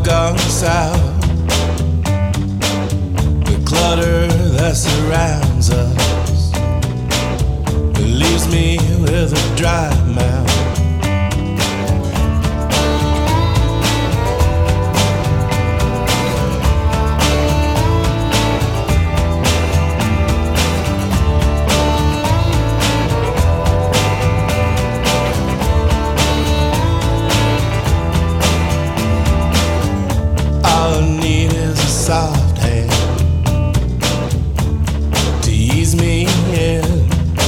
gone south. The clutter that surrounds us, it leaves me with a dry mouth. Soft hand to ease me in.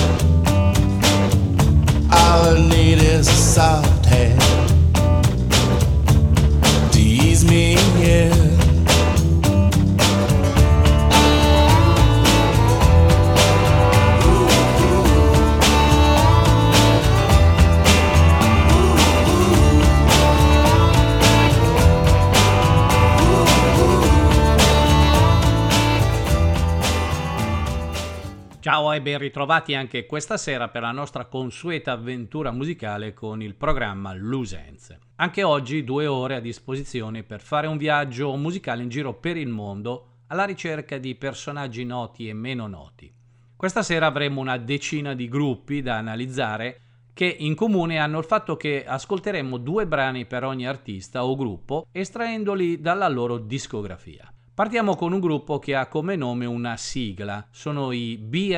All I need is a soft hand to ease me in. Ciao e ben ritrovati anche questa sera per la nostra consueta avventura musicale con il programma Loose Ends. Anche oggi 2 ore a disposizione per fare un viaggio musicale in giro per il mondo alla ricerca di personaggi noti e meno noti. Questa sera avremo una decina di gruppi da analizzare che in comune hanno il fatto che ascolteremo 2 brani per ogni artista o gruppo estraendoli dalla loro discografia. Partiamo con un gruppo che ha come nome una sigla, sono i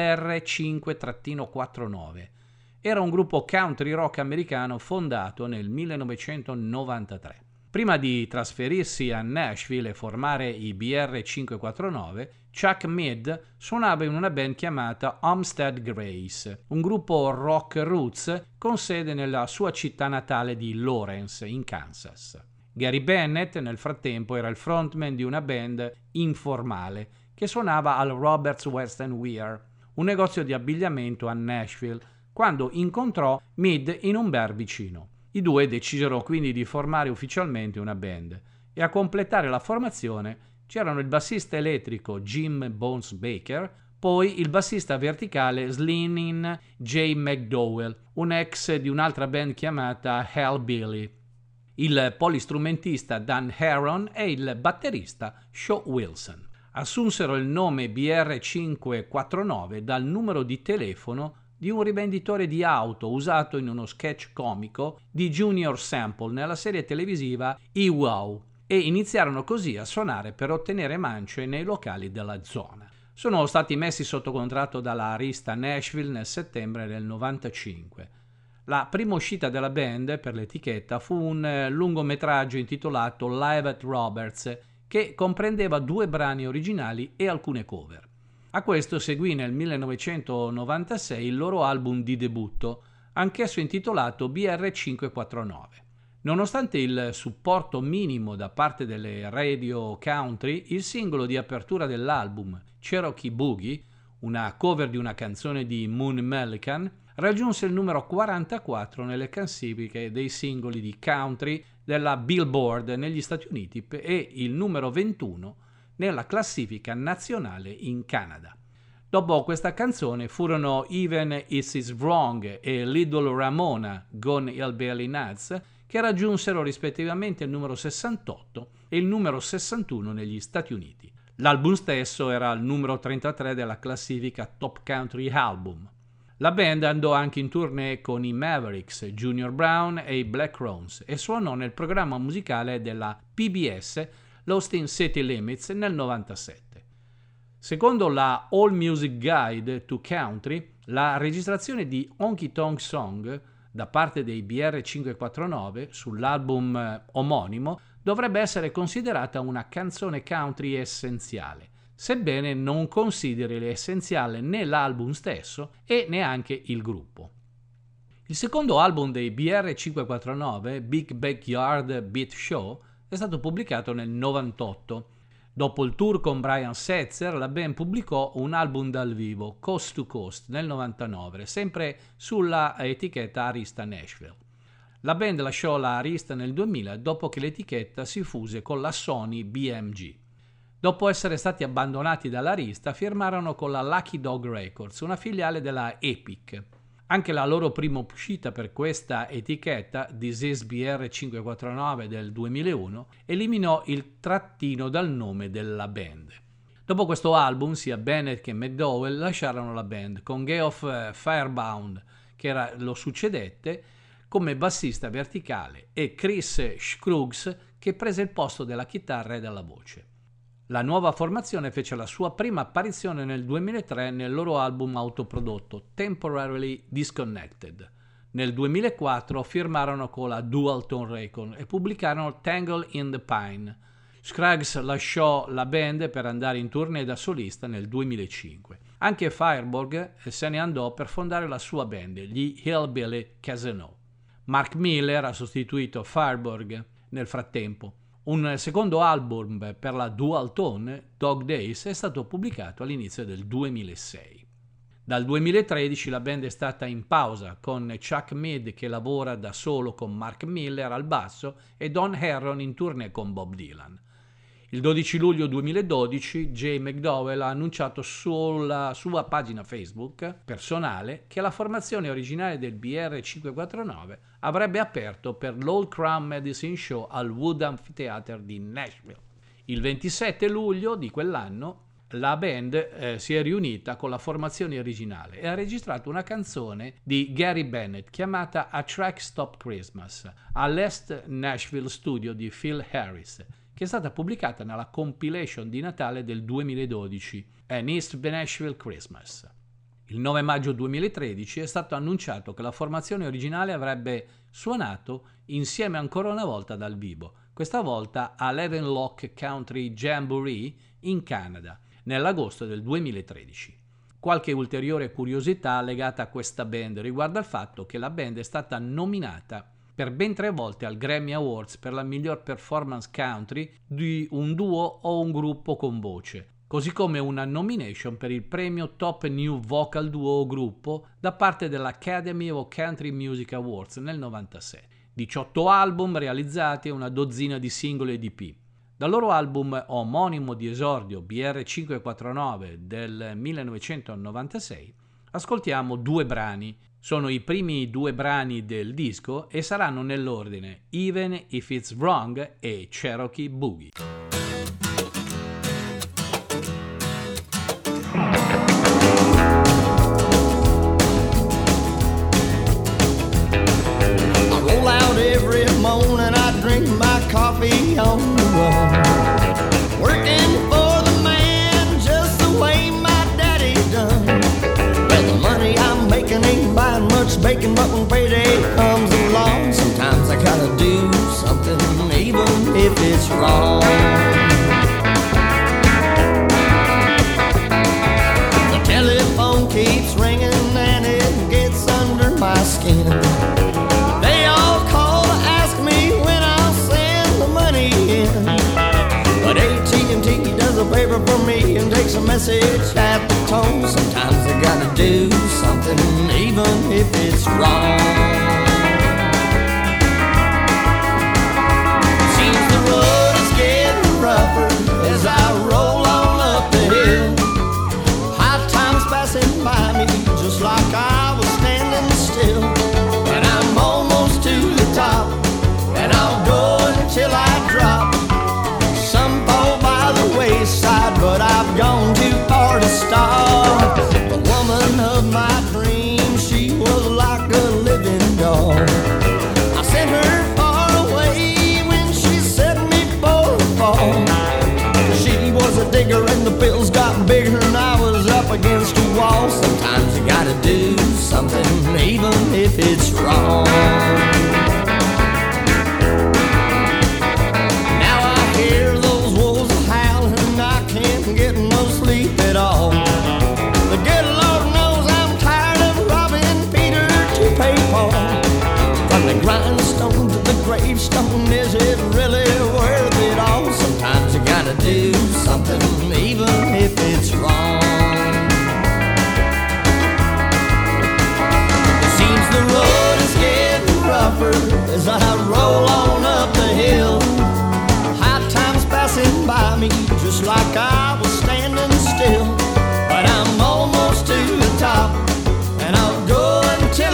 BR5-49. Era un gruppo country rock americano fondato nel 1993. Prima di trasferirsi a Nashville e formare i BR549, Chuck Mead suonava in una band chiamata Homestead Grace, un gruppo rock roots con sede nella sua città natale di Lawrence, in Kansas. Gary Bennett nel frattempo era il frontman di una band informale che suonava al Robert's Western Wear, un negozio di abbigliamento a Nashville, quando incontrò Mead in un bar vicino. I due decisero quindi di formare ufficialmente una band e a completare la formazione c'erano il bassista elettrico Jim Bones Baker, poi il bassista verticale Slimin J. McDowell, un ex di un'altra band chiamata Hellbilly, il polistrumentista Dan Heron e il batterista Shaw Wilson. Assunsero il nome BR549 dal numero di telefono di un rivenditore di auto usato in uno sketch comico di Junior Sample nella serie televisiva E-Wow, e iniziarono così a suonare per ottenere mance nei locali della zona. Sono stati messi sotto contratto dalla Arista Nashville nel settembre del 95. La prima uscita della band per l'etichetta fu un lungometraggio intitolato Live at Roberts, che comprendeva 2 brani originali e alcune cover. A questo seguì nel 1996 il loro album di debutto, anch'esso intitolato BR549. Nonostante il supporto minimo da parte delle radio country, il singolo di apertura dell'album, Cherokee Boogie, una cover di una canzone di Moon Mullican, raggiunse il numero 44 nelle classifiche dei singoli di country della Billboard negli Stati Uniti e il numero 21 nella classifica nazionale in Canada. Dopo questa canzone furono Even Is It Wrong e Little Ramona Gone Hillbilly Nuts che raggiunsero rispettivamente il numero 68 e il numero 61 negli Stati Uniti. L'album stesso era al numero 33 della classifica Top Country Album. La band andò anche in tournée con i Mavericks, Junior Brown e i Black Crowns e suonò nel programma musicale della PBS Lost in City Limits nel 97. Secondo la All Music Guide to Country, la registrazione di Honky Tonk Song da parte dei BR549 sull'album omonimo dovrebbe essere considerata una canzone country essenziale, sebbene non consideri essenziale né l'album stesso e neanche il gruppo. Il secondo album dei BR549, Big Backyard Beat Show, è stato pubblicato nel 98. Dopo il tour con Brian Setzer, la band pubblicò un album dal vivo, Coast to Coast, nel 99, sempre sulla etichetta Arista Nashville. La band lasciò la Arista nel 2000 dopo che l'etichetta si fuse con la Sony BMG. Dopo essere stati abbandonati dall'Arista, firmarono con la Lucky Dog Records, una filiale della Epic. Anche la loro prima uscita per questa etichetta, This Is BR 549 del 2001, eliminò il trattino dal nome della band. Dopo questo album, sia Bennett che McDowell lasciarono la band, con Geoff Firebound, che lo succedette come bassista verticale, e Chris Scruggs, che prese il posto della chitarra e della voce. La nuova formazione fece la sua prima apparizione nel 2003 nel loro album autoprodotto Temporarily Disconnected. Nel 2004 firmarono con la Dual Tone Records e pubblicarono Tangle in the Pine. Scruggs lasciò la band per andare in tournée da solista nel 2005. Anche Fireborg se ne andò per fondare la sua band, gli Hillbilly Casino. Mark Miller ha sostituito Fireborg nel frattempo. Un secondo album per la Dual Tone, Dog Days, è stato pubblicato all'inizio del 2006. Dal 2013 la band è stata in pausa, con Chuck Mead che lavora da solo con Mark Miller al basso e Don Herron in tournée con Bob Dylan. Il 12 luglio 2012 Jay McDowell ha annunciato sulla sua pagina Facebook personale che la formazione originale del BR 549 avrebbe aperto per l'Old Crown Medicine Show al Wood Amphitheater di Nashville. Il 27 luglio di quell'anno la band si è riunita con la formazione originale e ha registrato una canzone di Gary Bennett chiamata A Track Stop Christmas all'East Nashville Studio di Phil Harris, che è stata pubblicata nella compilation di Natale del 2012, An East Nashville Christmas. Il 9 maggio 2013 è stato annunciato che la formazione originale avrebbe suonato insieme ancora una volta dal vivo, questa volta a Leven Lock Country Jamboree in Canada, nell'agosto del 2013. Qualche ulteriore curiosità legata a questa band riguarda il fatto che la band è stata nominata per ben 3 volte al Grammy Awards per la miglior performance country di un duo o un gruppo con voce, così come una nomination per il premio Top New Vocal Duo o Gruppo da parte dell'Academy of Country Music Awards nel 1996. 18 album realizzati e una dozzina di singoli ed EP. Dal loro album omonimo di esordio BR 549 del 1996 ascoltiamo 2 brani. Sono i primi 2 brani del disco e saranno nell'ordine Even If It's Wrong e Cherokee Boogie. I roll out every morning, I drink my coffee on the run, working for the man just the way my daddy done. Well, the money I'm making ain't buying much bacon, but when payday comes along, sometimes I gotta do something even if it's wrong. The telephone keeps ringing and it gets under my skin. They all call to ask me when I'll send the money in, but AT&T does a favor for me and takes a message at the tone. Sometimes I gotta do something even if it's wrong. Seems the road is getting rougher as I roll on up the hill. High times passing by me just like I was standing still, and I'm almost to the top, and I'll go until I drop. Some fall by the wayside, but I've gone too far to stop. The woman of my dreams, she was like a living doll. I sent her far away when she set me for a fall. She was a digger and the bills got bigger and I was up against a wall. Sometimes you gotta do something even if it's wrong. Now I hear those wolves howling and I can't get no sleep at all. The good Lord knows I'm tired of robbing Peter to pay Paul. From the grindstone to the gravestone, is it really worth it all? Sometimes you gotta do something even if it's wrong. It seems the road is getting rougher as I roll on up the hill. High times passing by me just like I was standing still, but I'm almost to the top, and I'll go until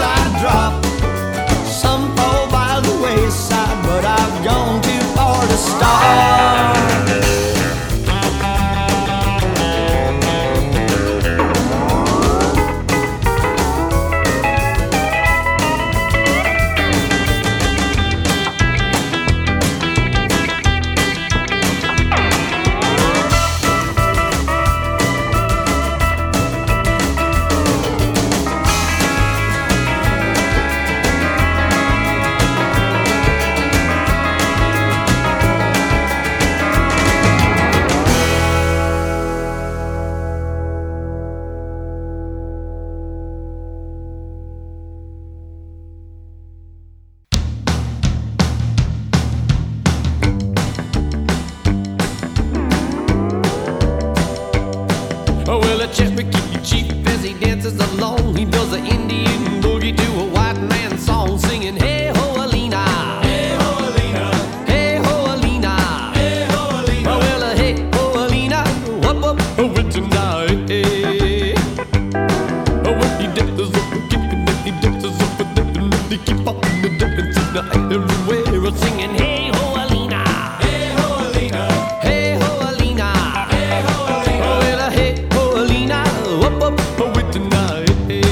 singing, hey ho Alina, hey ho Alina, hey ho Alina, hey ho Alina. Oh well, hey ho Alina, up up with tonight.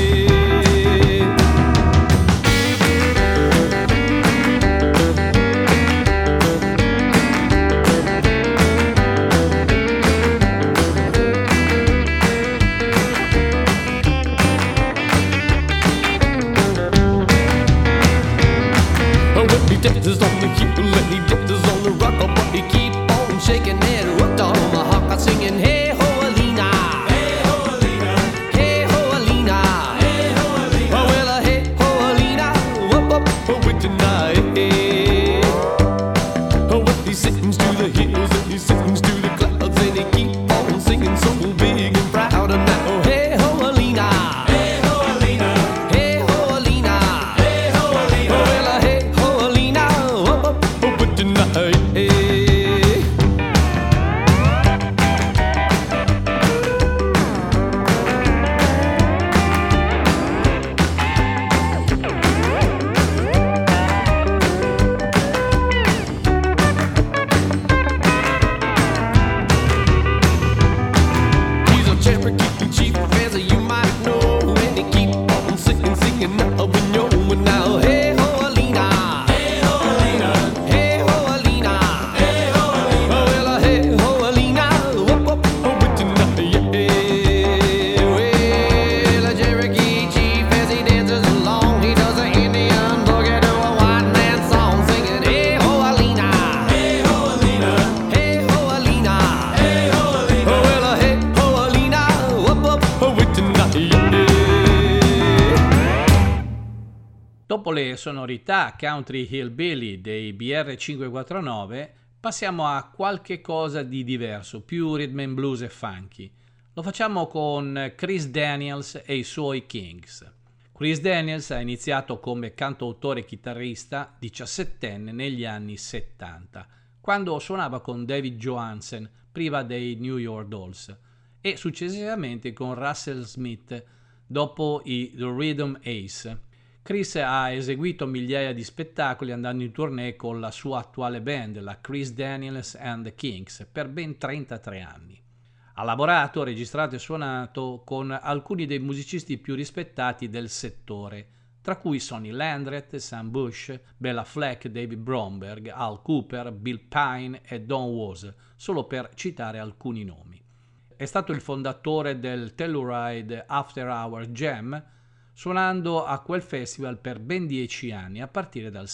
He dances on the heel and he dances on the rocker, but he keep on shaking that rock down on my hawk, singing, hey ho Alina, hey ho Alina, hey ho Alina, hey ho Alina. Oh well, hey ho Alina, up up with tonight. Oh well, he sings to the hills and he sings to the clouds and he keep on singing so big and proud. And now, hey ho Alina, hey ho Alina, hey ho Alina, hey ho Alina. Oh well, hey ho Alina, up with tonight. He's a Cherokee chief, as you might know, and he keep on singing up and yo, and now, hey ho Alina, hey ho Alina, hey ho Alina, hey ho Alina. Oh well, hey ho Alina, up with tonight. Well, a Cherokee chief, as he dances along, he does an Indian boogie to a white man song, singing, hey ho Alina, hey ho Alina, hey ho Alina, hey ho Alina. Oh well, hey ho Alina, up with tonight. Dopo le sonorità country hillbilly dei BR549, passiamo a qualche cosa di diverso, più rhythm and blues e funky. Lo facciamo con Chris Daniels e i suoi Kings. Chris Daniels ha iniziato come cantautore e chitarrista 17enne negli anni 70, quando suonava con David Johansen, prima dei New York Dolls, e successivamente con Russell Smith dopo i The Rhythm Ace. Chris ha eseguito migliaia di spettacoli andando in tournée con la sua attuale band, la Chris Daniels and the Kings, per ben 33 anni. Ha lavorato, registrato e suonato con alcuni dei musicisti più rispettati del settore, tra cui Sonny Landreth, Sam Bush, Bella Fleck, David Bromberg, Al Cooper, Bill Pine e Don Was, solo per citare alcuni nomi. È stato il fondatore del Telluride After Hours Jam, suonando a quel festival per ben 10 anni, a partire dal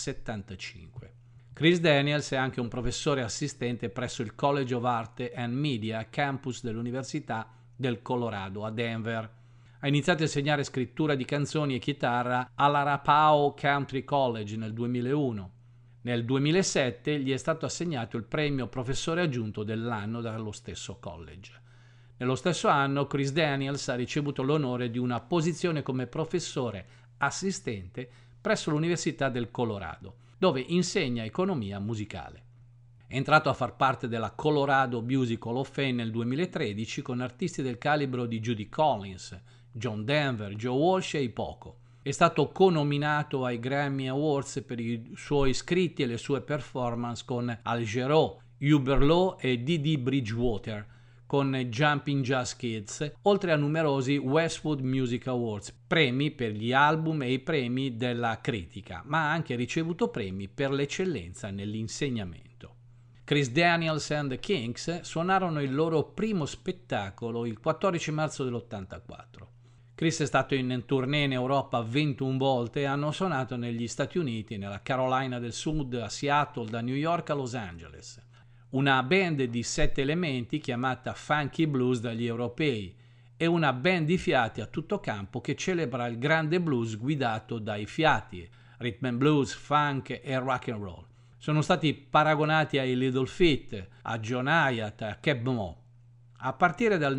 75. Chris Daniels è anche un professore assistente presso il College of Art and Media, campus dell'Università del Colorado a Denver. Ha iniziato a insegnare scrittura di canzoni e chitarra all'Arapahoe Country College nel 2001. Nel 2007 gli è stato assegnato il premio professore aggiunto dell'anno dallo stesso college. Nello stesso anno Chris Daniels ha ricevuto l'onore di una posizione come professore assistente presso l'Università del Colorado, dove insegna economia musicale. È entrato a far parte della Colorado Music Hall of Fame nel 2013 con artisti del calibro di Judy Collins, John Denver, Joe Walsh e Poco. È stato conominato ai Grammy Awards per i suoi scritti e le sue performance con Al Jarreau, Hubert Law e Dee Bridgewater, con Jumping Jazz Kids, oltre a numerosi Westwood Music Awards, premi per gli album e i premi della critica, ma ha anche ricevuto premi per l'eccellenza nell'insegnamento. Chris Daniels and the Kings suonarono il loro primo spettacolo il 14 marzo dell'84. Chris è stato in tournée in Europa 21 volte e hanno suonato negli Stati Uniti, nella Carolina del Sud, a Seattle, da New York a Los Angeles. Una band di 7 elementi chiamata Funky Blues dagli europei e una band di fiati a tutto campo che celebra il grande blues guidato dai fiati, rhythm and blues, funk e rock and roll. Sono stati paragonati ai Little Feat, a John Hiatt, a Keb Mo. A partire dal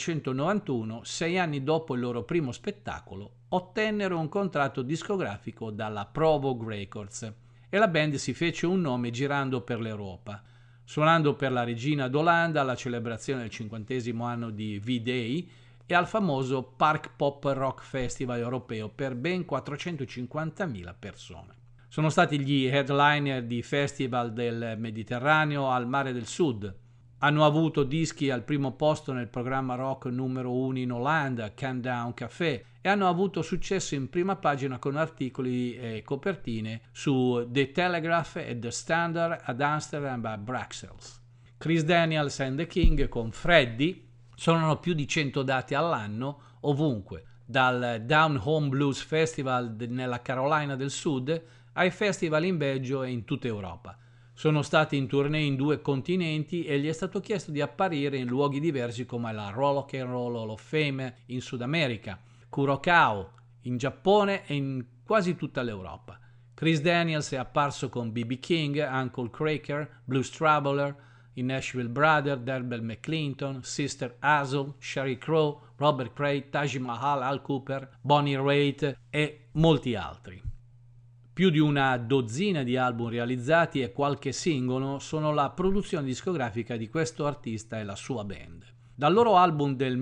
1991, 6 anni dopo il loro primo spettacolo, ottennero un contratto discografico dalla Provogue Records e la band si fece un nome girando per l'Europa, suonando per la Regina d'Olanda alla celebrazione del 50° anno di V-Day e al famoso Park Pop Rock Festival europeo per ben 450.000 persone. Sono stati gli headliner di festival del Mediterraneo al Mare del Sud. Hanno avuto dischi al primo posto nel programma rock numero 1 in Olanda, Countdown Café, e hanno avuto successo in prima pagina con articoli e copertine su The Telegraph e The Standard ad Amsterdam a Bruxelles. Chris Daniels and the King con Freddie suonano più di 100 date all'anno ovunque, dal Down Home Blues Festival nella Carolina del Sud ai festival in Belgio e in tutta Europa. Sono stati in tournée in 2 continenti e gli è stato chiesto di apparire in luoghi diversi come la Rock and Roll Hall of Fame in Sud America, Curacao in Giappone e in quasi tutta l'Europa. Chris Daniels è apparso con B.B. King, Uncle Kracker, Blues Traveler, i Nashville Brothers, Derbel McClinton, Sister Hazel, Sheryl Crow, Robert Cray, Taj Mahal, Al Cooper, Bonnie Raitt e molti altri. Più di una dozzina di album realizzati e qualche singolo sono la produzione discografica di questo artista e la sua band. Dal loro album del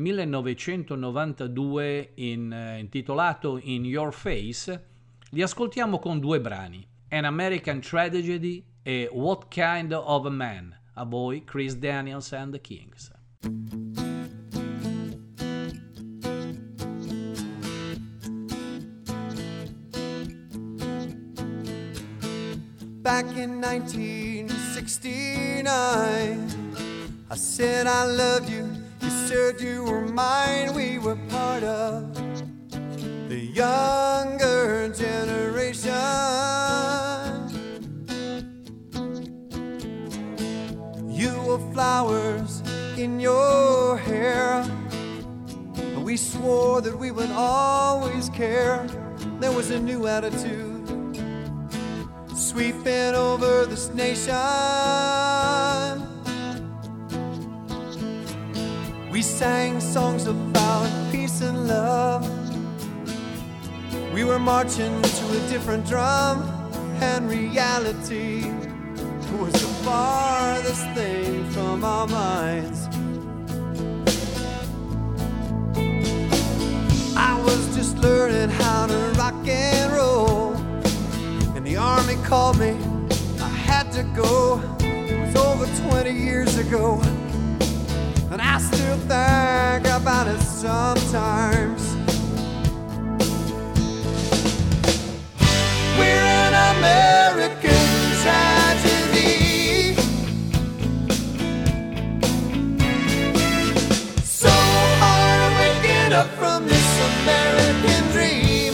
1992 intitolato In Your Face li ascoltiamo con 2 brani, An American Tragedy e What Kind of a Man. A voi Chris Daniels and the Kings. Back in 1969, I said I loved you, you said you were mine. We were part of the younger generation. You wore flowers in your hair, and we swore that we would always care. There was a new attitude sweeping over this nation. We sang songs about peace and love. We were marching to a different drum, and reality was the farthest thing from our minds. I was just learning how to rock and roll, and the army called me, I had to go. It was over 20 years ago, and I still think about it sometimes. We're an American tragedy, so hard waking up from this American dream.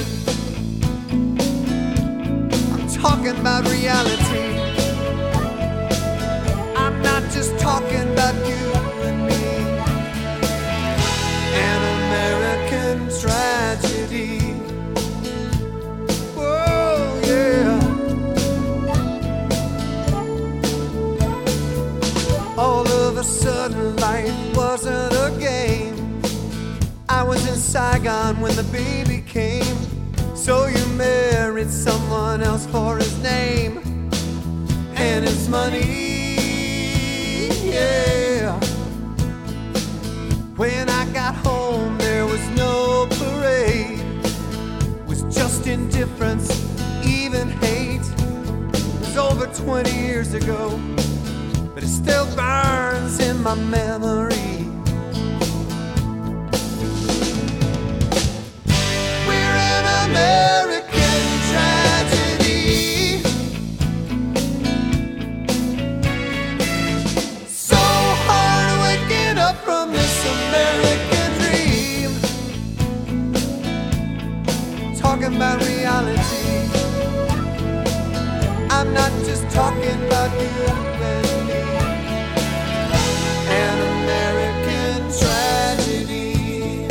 I'm talking about reality, I'm not just talking about you and me. An American tragedy. All of a sudden life wasn't a game. I was in Saigon when the baby came. So you married someone else for his name and his money, yeah. When I got home there was no parade, it was just indifference, even hate. It was over 20 years ago, but it still burns in my memory. We're an American tragedy, so hard waking up from this American dream. Talking about reality, I'm not just talking about you and me. An American tragedy.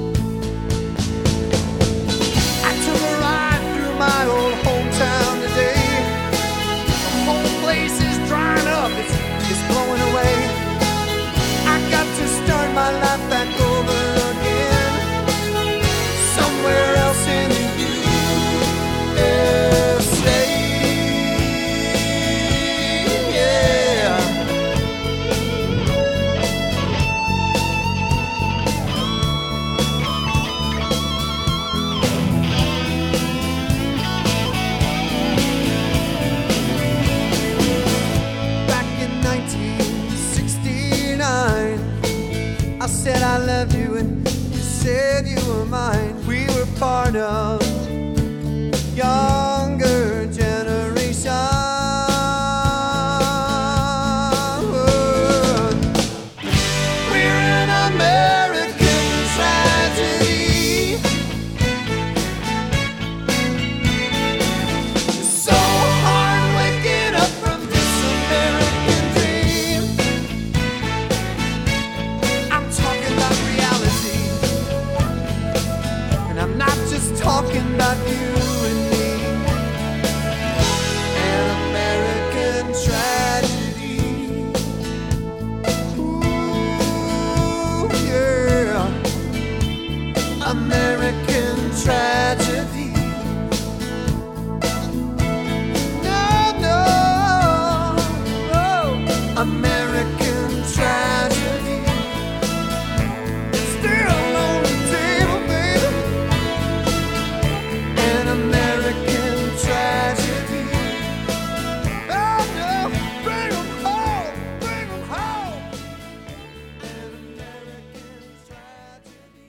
I took a ride through my old hometown today. The whole place is drying up, it's blowing away. I got to start my life back over again, somewhere else in the USA. said I love you and you said you were mine. We were part of younger generation. We're an American tragedy. It's so hard waking up from this American dream. I'm talking about reality, and I'm not just talking about you and me. An American tragedy. Ooh, yeah. American tragedy. No, no, oh, American tragedy. Still on the table, baby. An American tragedy. Oh no, bring 'em home, bring 'em home. An American tragedy.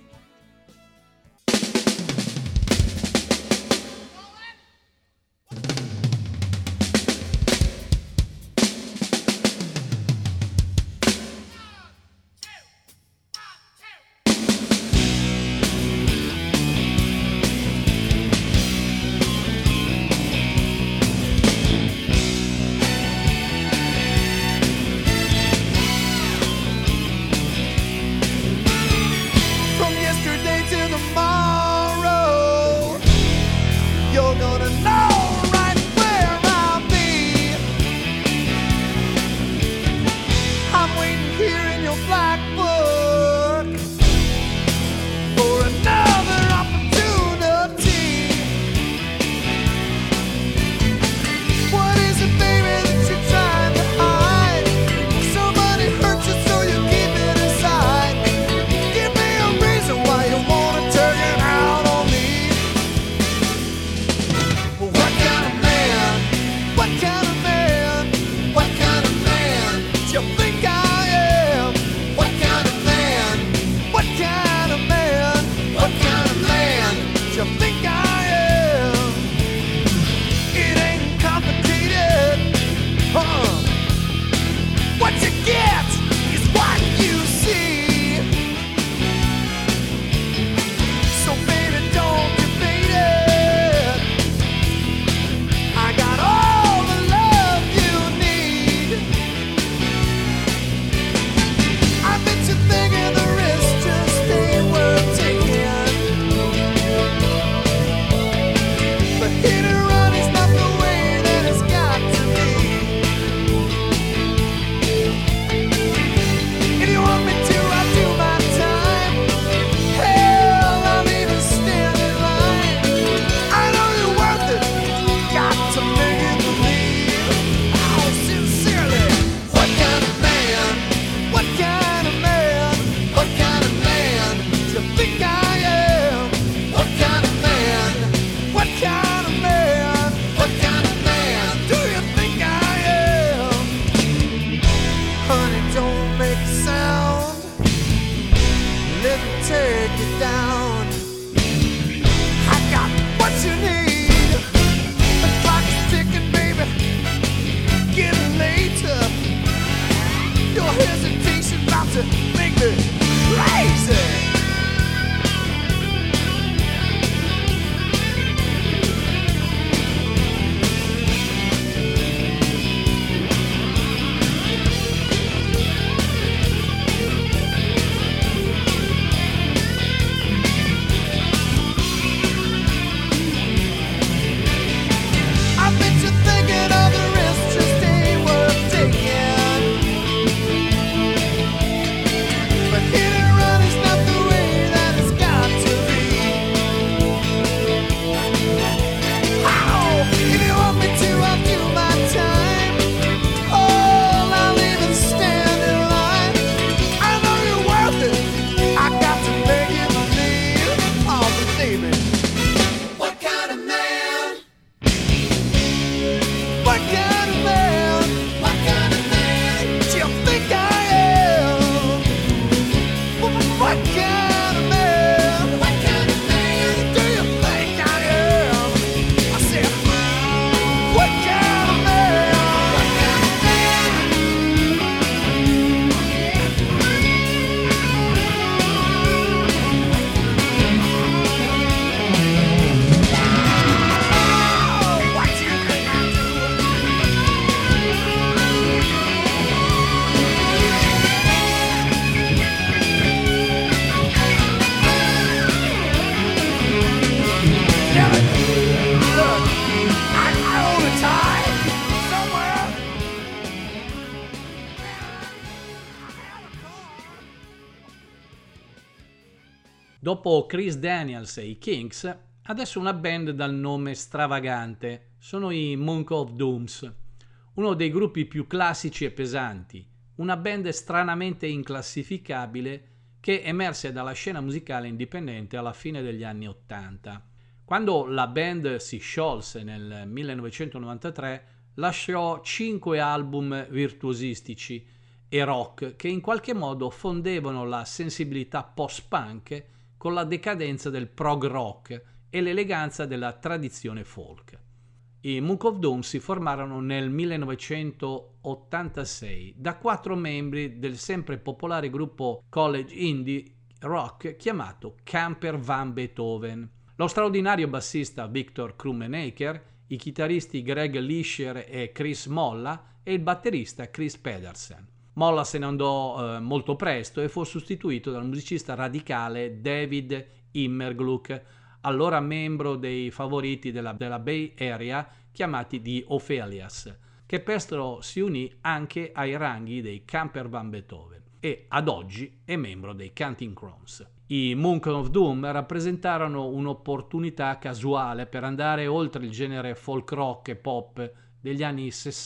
Dopo Chris Daniels e i Kinks, adesso una band dal nome stravagante, sono i Monk of Dooms, uno dei gruppi più classici e pesanti, una band stranamente inclassificabile che emerse dalla scena musicale indipendente alla fine degli anni '80. Quando la band si sciolse nel 1993, lasciò 5 album virtuosistici e rock che in qualche modo fondevano la sensibilità post-punk con la decadenza del prog rock e l'eleganza della tradizione folk. I Monk of Doom si formarono nel 1986 da 4 membri del sempre popolare gruppo college indie rock chiamato Camper Van Beethoven. Lo straordinario bassista Victor Krummenacher, i chitarristi Greg Lischer e Chris Molla e il batterista Chris Pedersen. Molla se ne andò molto presto e fu sostituito dal musicista radicale David Immergluck, allora membro dei favoriti della Bay Area chiamati The Ophelias, che presto si unì anche ai ranghi dei Camper Van Beethoven e ad oggi è membro dei Counting Crows. I Monk of Doom rappresentarono un'opportunità casuale per andare oltre il genere folk rock e pop degli anni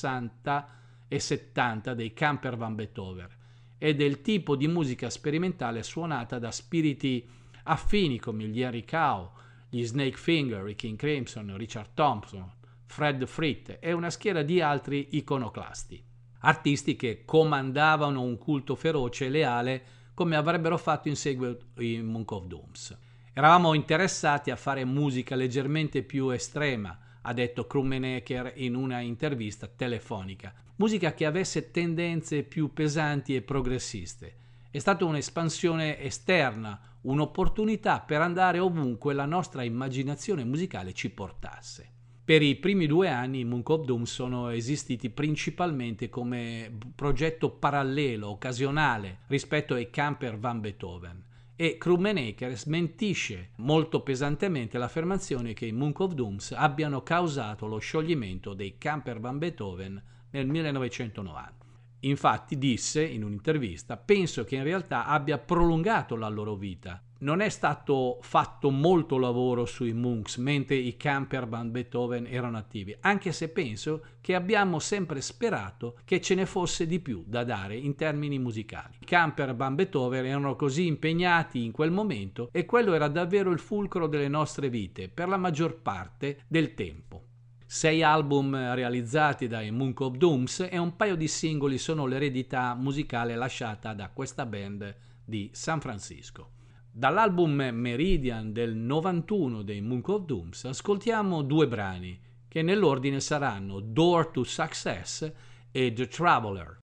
60 e 70 dei Camper Van Beethoven e del tipo di musica sperimentale suonata da spiriti affini come gli Henry Cow, gli Snake Finger, i King Crimson, Richard Thompson, Fred Frith e una schiera di altri iconoclasti. Artisti che comandavano un culto feroce e leale come avrebbero fatto in seguito i Monk of Dooms. Eravamo interessati a fare musica leggermente più estrema, ha detto Krummenacher in una intervista telefonica. Musica che avesse tendenze più pesanti e progressiste. È stata un'espansione esterna, un'opportunità per andare ovunque la nostra immaginazione musicale ci portasse. Per i primi 2 anni i Monk of Doom sono esistiti principalmente come progetto parallelo, occasionale, rispetto ai Camper Van Beethoven, e Krummenacher smentisce molto pesantemente l'affermazione che i Monk of Doom abbiano causato lo scioglimento dei Camper Van Beethoven nel 1990. Infatti disse in un'intervista: penso che in realtà abbia prolungato la loro vita. Non è stato fatto molto lavoro sui Monks mentre i Camper Van Beethoven erano attivi, anche se penso che abbiamo sempre sperato che ce ne fosse di più da dare in termini musicali. I Camper Van Beethoven erano così impegnati in quel momento e quello era davvero il fulcro delle nostre vite per la maggior parte del tempo. 6 album realizzati dai Monk of Dooms e un paio di singoli sono l'eredità musicale lasciata da questa band di San Francisco. Dall'album Meridian del 91 dei Monk of Dooms ascoltiamo 2 brani che nell'ordine saranno Door to Success e The Traveler.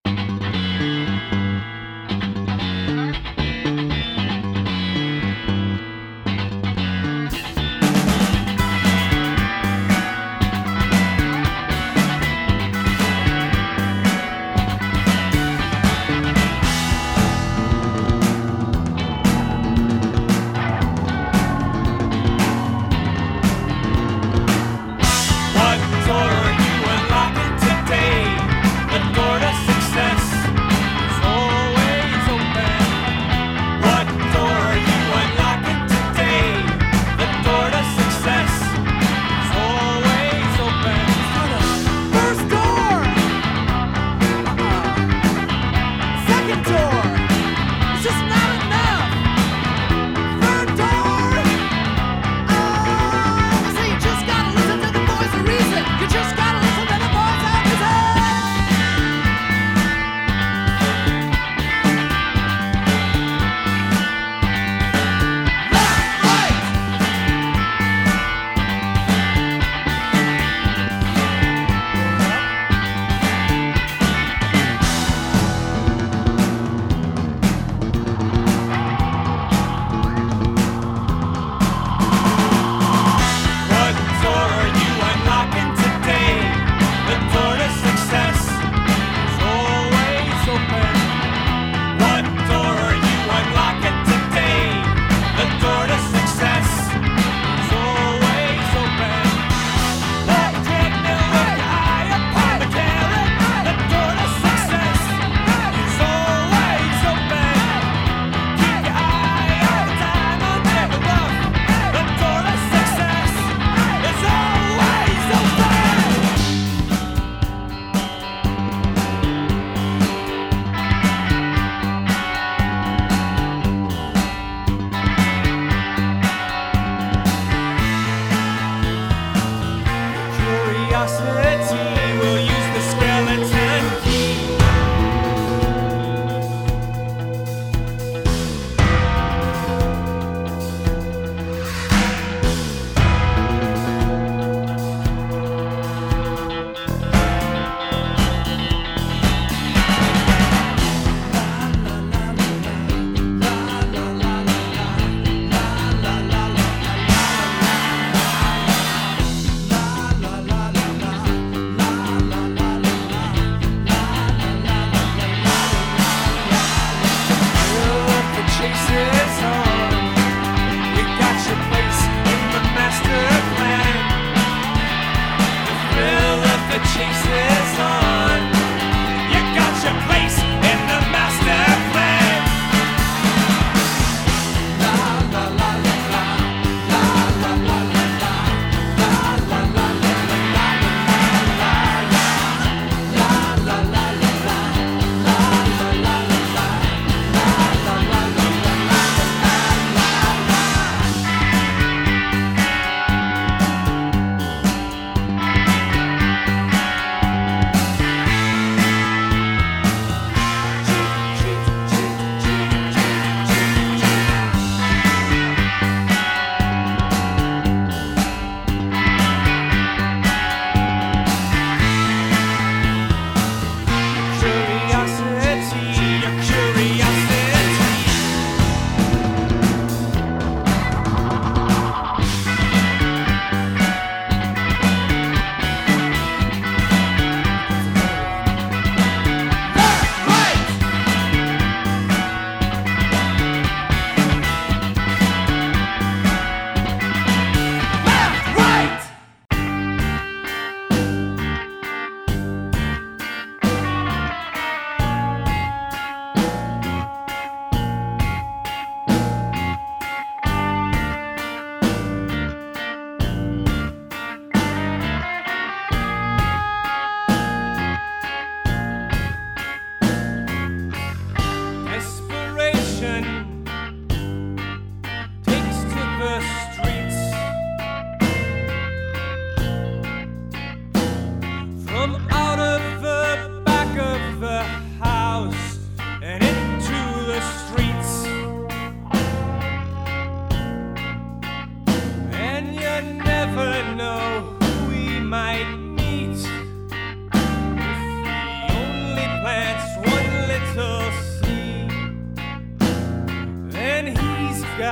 What door are you unlocking today? The door to success.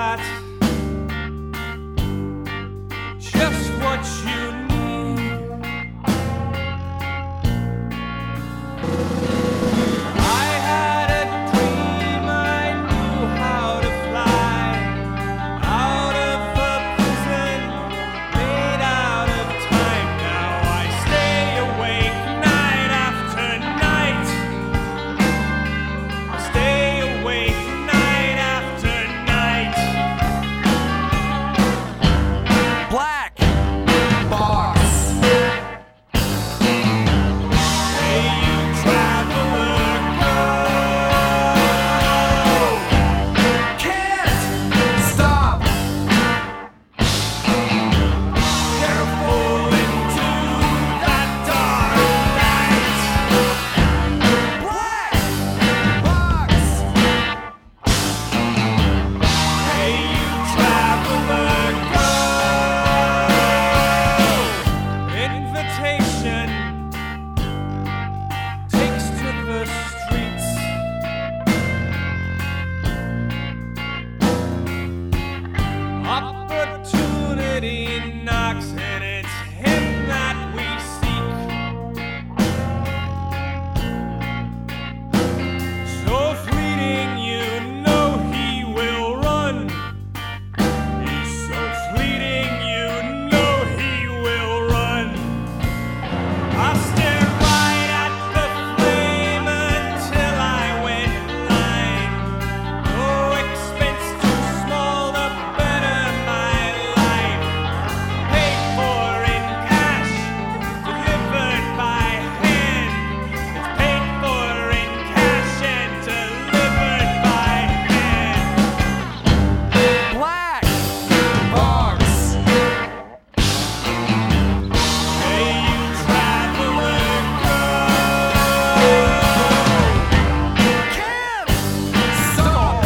got just what you need. I had a dream, I knew how to fly out of a prison made out of time. Now I stay awake night after night. I stay awake night after night. Black box. Hey, you traveler, go. Can't stop. Careful into that dark night. Black box. Hey, you traveler, go. Invitation takes to the streets. Opportunity knocks, and it's him that we seek. So fleeting, you know he will run. He's so fleeting, you know he will run. I stared right at the flame until I went blind. No expense too small to better my life. Paid for in cash, delivered by hand. It's paid for in cash and delivered by hand. Black box. Hey, you traveler, go. Can't stop.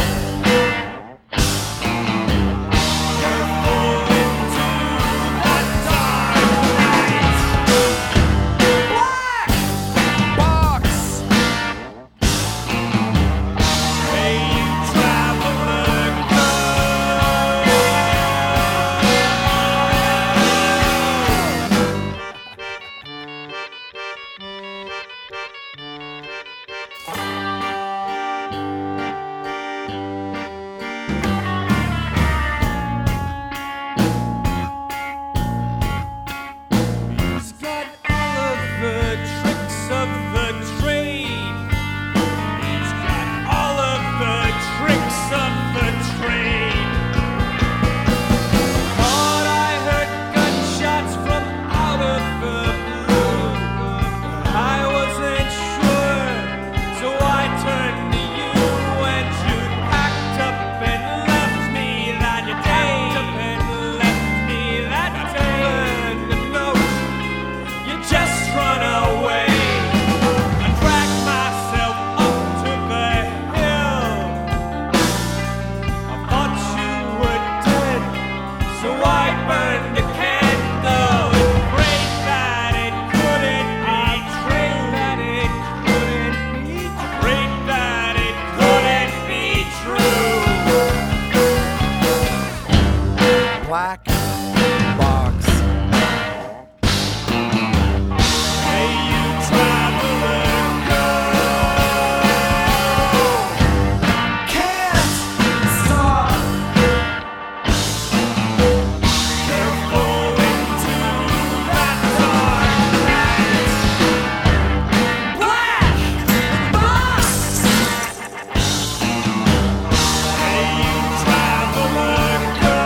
Careful into that dark night. Black box. Hey, you traveler, go. He's got all of the tricks of the trade. He's got all of the tricks of the trade. Thought I heard gunshots from out of the blue, but I wasn't sure, so I turned to you, and you packed up and left me that day. Turned the note, you just run away. I dragged myself up to the hill. I thought you were dead, so I burned a candle and prayed that it couldn't be true. That it couldn't be true. Prayed that it couldn't be true. Black box. Hey, you traveler, go. Can't stop. Careful into that dark night. Black box. Hey, you traveler, go.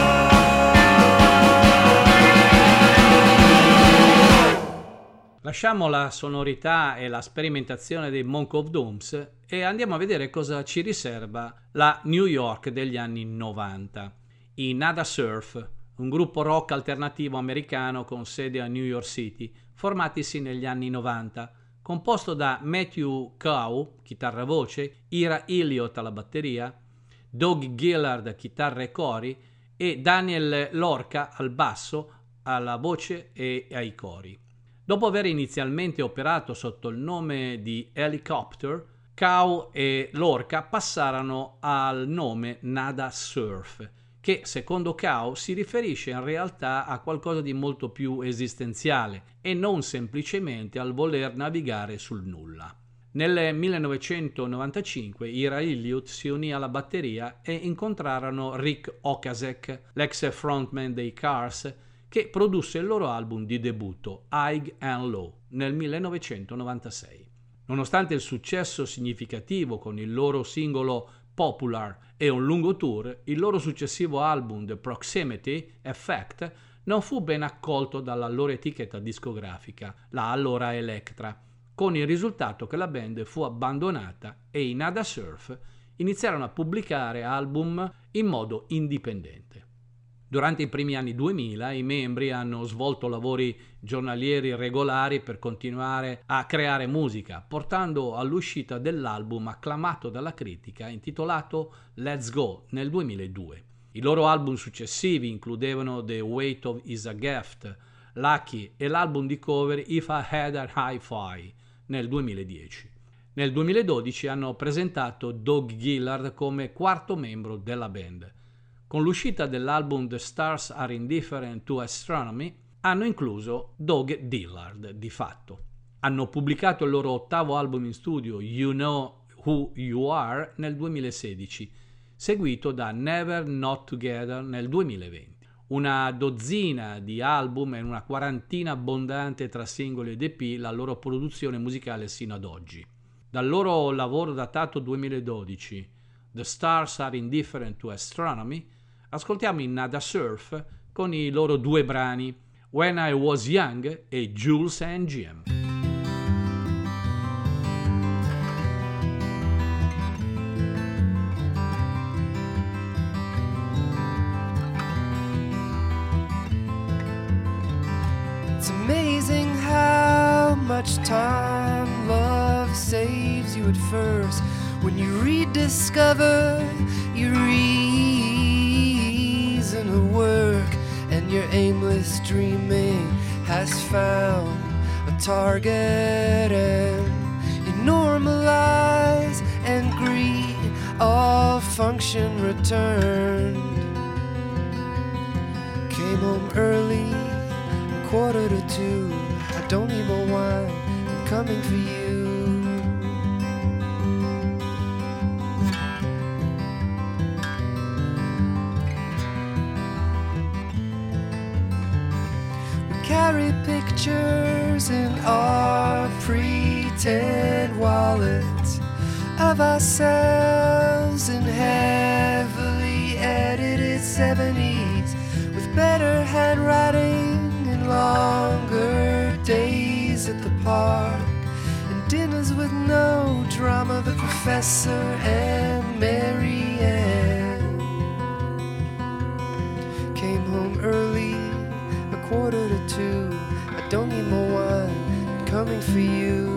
Lasciamo la sonorità e la sperimentazione dei Monk of Dooms e andiamo a vedere cosa ci riserva la New York degli anni 90. I Nada Surf, un gruppo rock alternativo americano con sede a New York City, formatisi negli anni 90, composto da Matthew Cow, chitarra voce, Ira Elliott alla batteria, Doug Gillard, chitarra e cori, e Daniel Lorca al basso, alla voce e ai cori. Dopo aver inizialmente operato sotto il nome di Helicopter, Cow e Lorca passarono al nome Nada Surf, che secondo Cow si riferisce in realtà a qualcosa di molto più esistenziale e non semplicemente al voler navigare sul nulla. Nel 1995 Ira Elliott si unì alla batteria e incontrarono Rick Ocasek, l'ex frontman dei Cars, che produsse il loro album di debutto High and Low nel 1996. Nonostante il successo significativo con il loro singolo Popular e un lungo tour, il loro successivo album The Proximity Effect non fu ben accolto dalla loro etichetta discografica, la allora Elektra, con il risultato che la band fu abbandonata e i Nada Surf iniziarono a pubblicare album in modo indipendente. Durante i primi anni 2000 i membri hanno svolto lavori giornalieri regolari per continuare a creare musica, portando all'uscita dell'album acclamato dalla critica intitolato Let's Go nel 2002. I loro album successivi includevano The Weight of Is a Gift, Lucky e l'album di cover If I Had a Hi-Fi nel 2010. Nel 2012 hanno presentato Doug Gillard come quarto membro della band. Con l'uscita dell'album The Stars Are Indifferent to Astronomy hanno incluso Doug Dillard di fatto. Hanno pubblicato il loro ottavo album in studio You Know Who You Are nel 2016, seguito da Never Not Together nel 2020. Una dozzina di album e una quarantina abbondante tra singoli ed EP la loro produzione musicale sino ad oggi. Dal loro lavoro datato 2012, The Stars Are Indifferent to Astronomy, ascoltiamo i Nada Surf con i loro due brani When I Was Young e Jules and Jim. It's amazing how much time love saves you at first when you rediscover your reason to work and your aimless dreaming has found a target and you normalize and greet all function returned. Came home early, 1:45. I don't need more wine, I'm coming for you. Carry pictures in our pretend wallets of ourselves in heavily edited 70s with better handwriting and longer days at the park and dinners with no drama. The professor and Mary Ann came home early, 1:45. I don't need more wine, I'm coming for you.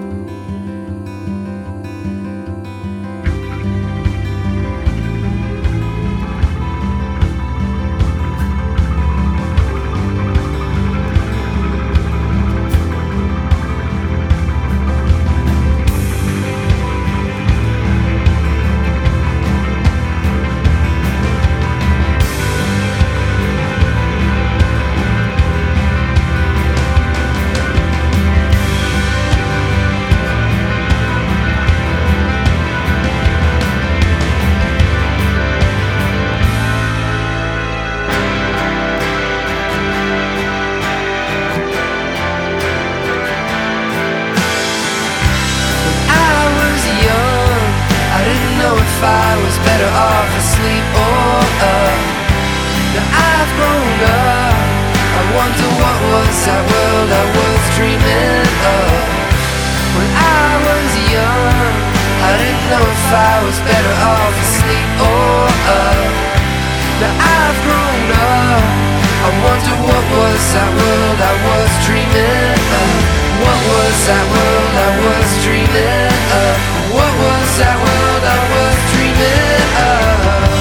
If I was better off asleep or up. Now I've grown up, I wonder what was that world I was dreaming of. When I was young, I didn't know if I was better off asleep or up. Now I've grown up, I wonder what was that world I was dreaming of. What was that world I was dreaming of? What was that world I was dreaming of?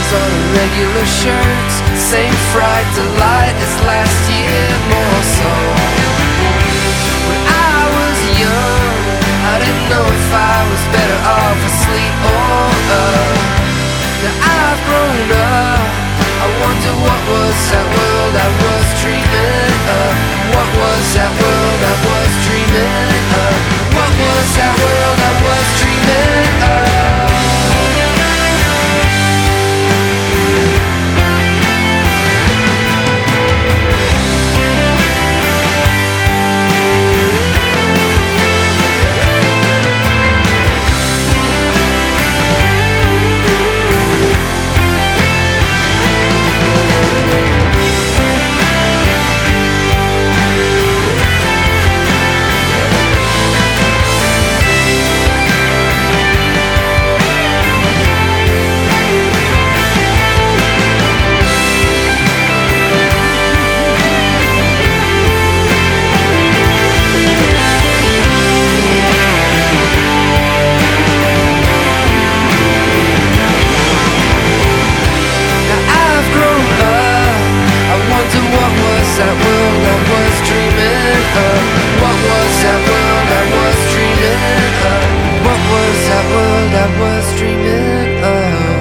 colors on the regular shirts. Same fright, delight as last year, more so. When I was young, I didn't know if I was better off asleep or up. Now I've grown up, I wonder what was that world I was dreaming of. What was that world I was dreaming of? What was that world I was dreaming of? That world I was dreaming of? What was that world I was dreaming of? What was that world I was dreaming of?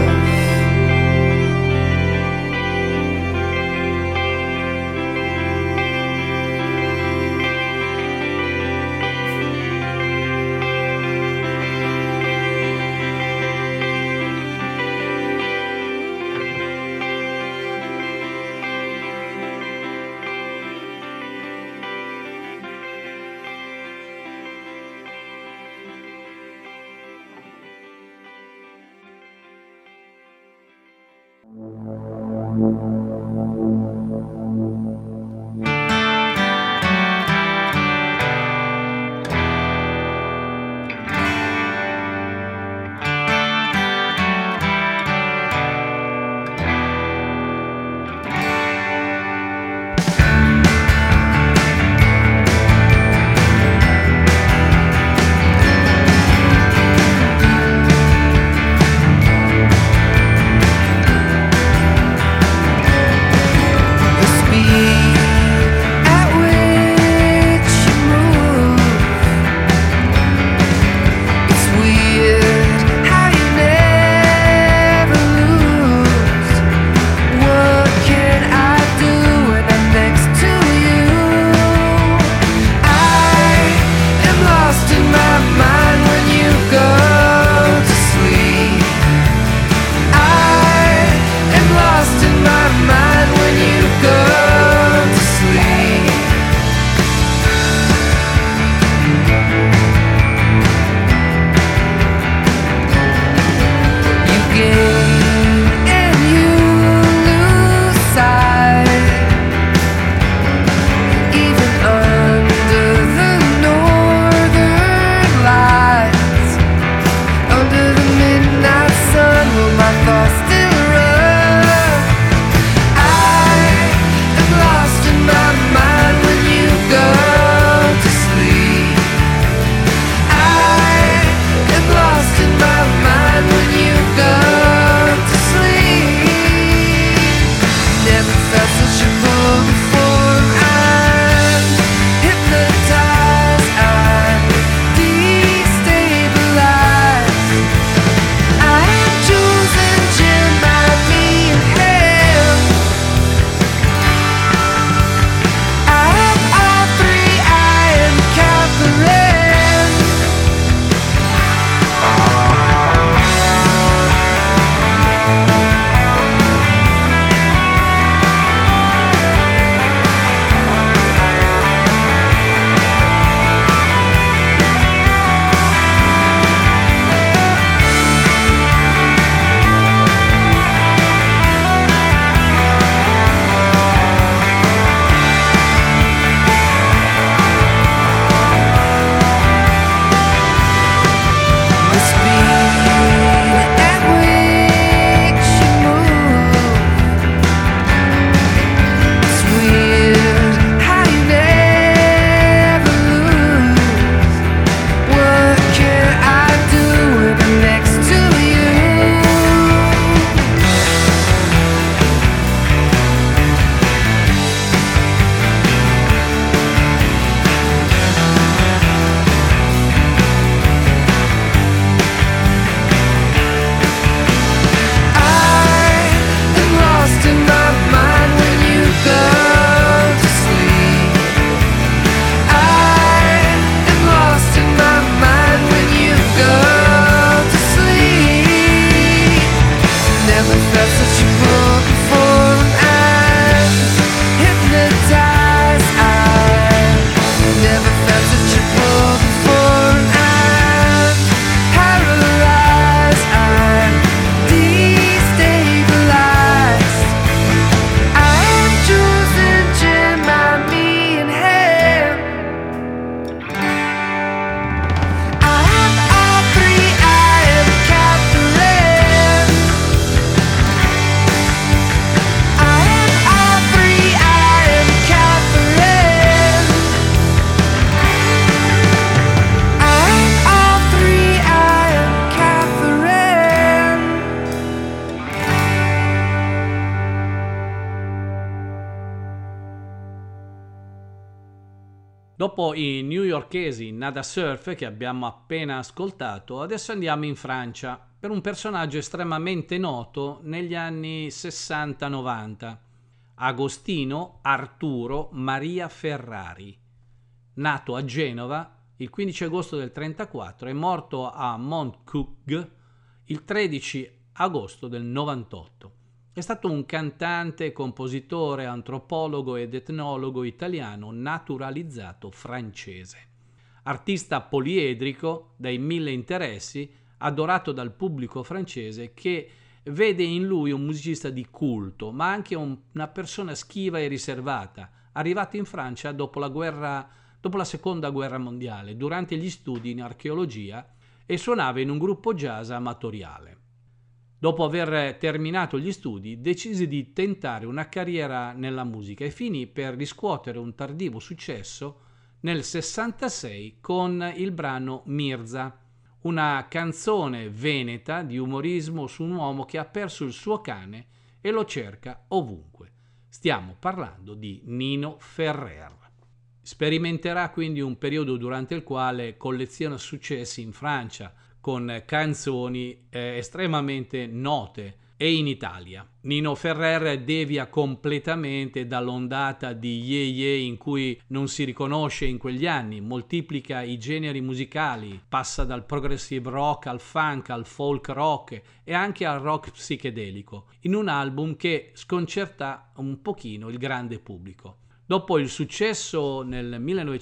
Dopo i newyorkesi Nada Surf che abbiamo appena ascoltato, adesso andiamo in Francia per un personaggio estremamente noto negli anni 60-90, Agostino Arturo Maria Ferrari. Nato a Genova il 15 agosto del 1934 e morto a Montcuq il 13 agosto del 98. È stato un cantante, compositore, antropologo ed etnologo italiano naturalizzato francese. Artista poliedrico, dai 1000 interessi, adorato dal pubblico francese che vede in lui un musicista di culto, ma anche una persona schiva e riservata, arrivato in Francia dopo la seconda guerra mondiale, durante gli studi in archeologia, e suonava in un gruppo jazz amatoriale. Dopo aver terminato gli studi, decise di tentare una carriera nella musica e finì per riscuotere un tardivo successo nel 66 con il brano Mirza, una canzone veneta di umorismo su un uomo che ha perso il suo cane e lo cerca ovunque. Stiamo parlando di Nino Ferrer. Sperimenterà quindi un periodo durante il quale colleziona successi in Francia con canzoni estremamente note e in Italia. Nino Ferrer devia completamente dall'ondata di ye in cui non si riconosce in quegli anni, moltiplica i generi musicali, passa dal progressive rock al funk, al folk rock e anche al rock psichedelico, in un album che sconcerta un pochino il grande pubblico. Dopo il successo nel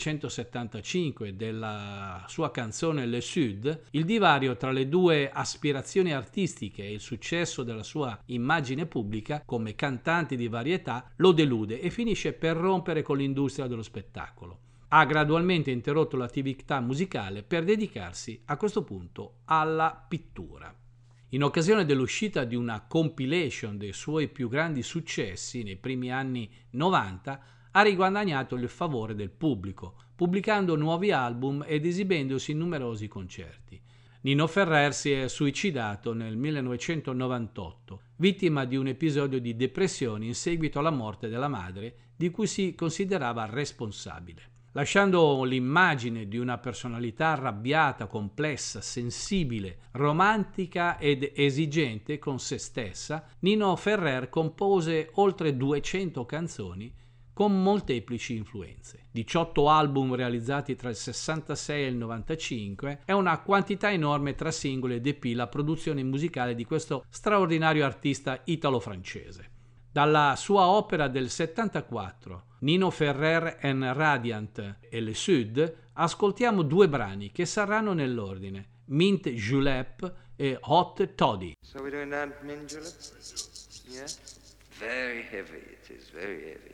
1975 della sua canzone Le Sud, il divario tra le due aspirazioni artistiche e il successo della sua immagine pubblica come cantante di varietà lo delude e finisce per rompere con l'industria dello spettacolo. Ha gradualmente interrotto l'attività musicale per dedicarsi a questo punto alla pittura. In occasione dell'uscita di una compilation dei suoi più grandi successi nei primi anni 90, ha riguadagnato il favore del pubblico, pubblicando nuovi album ed esibendosi in numerosi concerti. Nino Ferrer si è suicidato nel 1998, vittima di un episodio di depressione in seguito alla morte della madre, di cui si considerava responsabile. Lasciando l'immagine di una personalità arrabbiata, complessa, sensibile, romantica ed esigente con se stessa, Nino Ferrer compose oltre 200 canzoni con molteplici influenze. 18 album realizzati tra il 66 e il 95 è una quantità enorme tra singoli ed EP la produzione musicale di questo straordinario artista italo-francese. Dalla sua opera del 74, Nino Ferrer en Radiant e Le Sud, ascoltiamo due brani che saranno nell'ordine: Mint Julep e Hot Toddy. So we're doing that, mint julep? Yeah? Very heavy, it is, very heavy.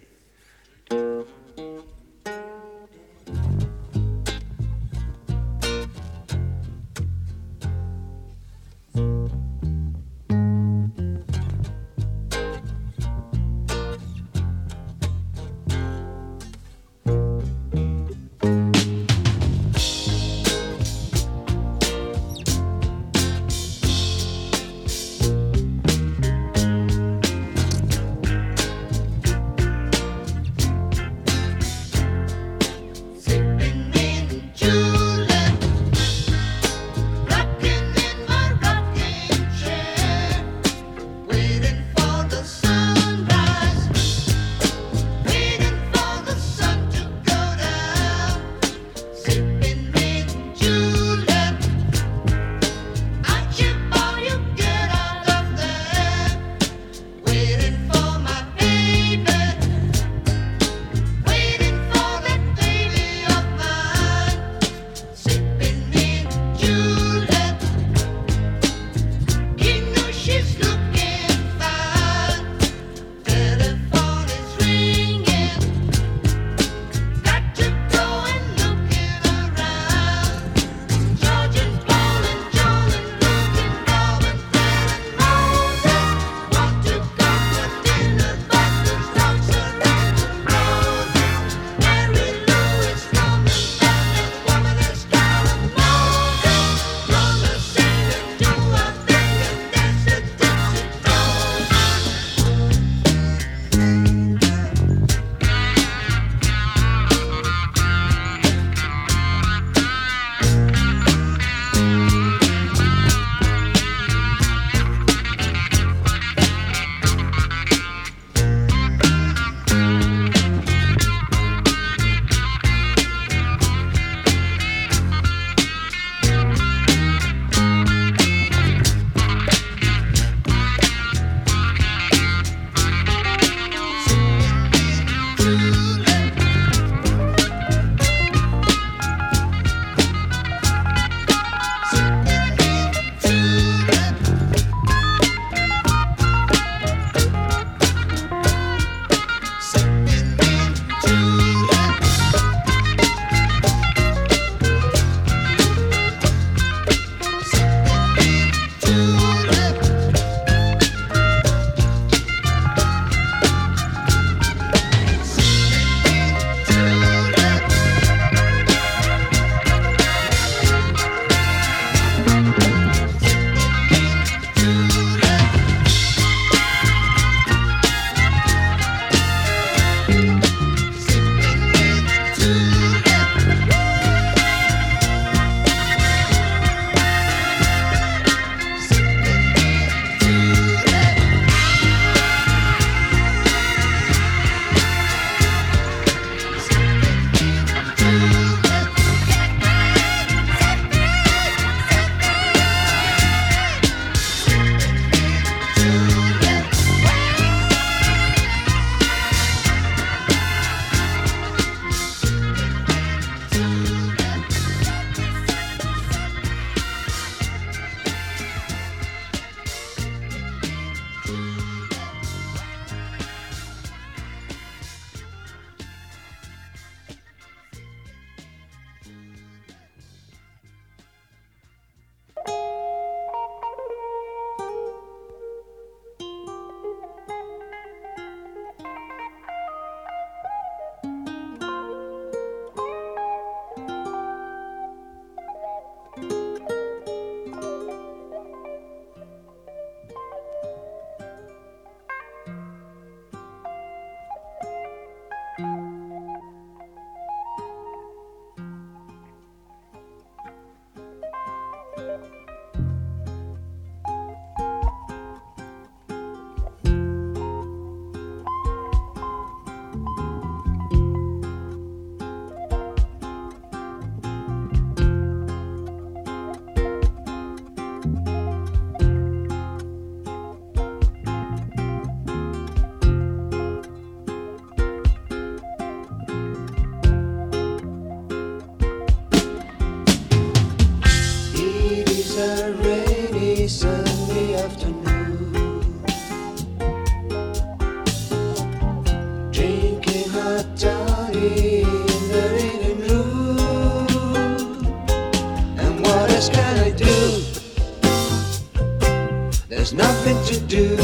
nothing to do.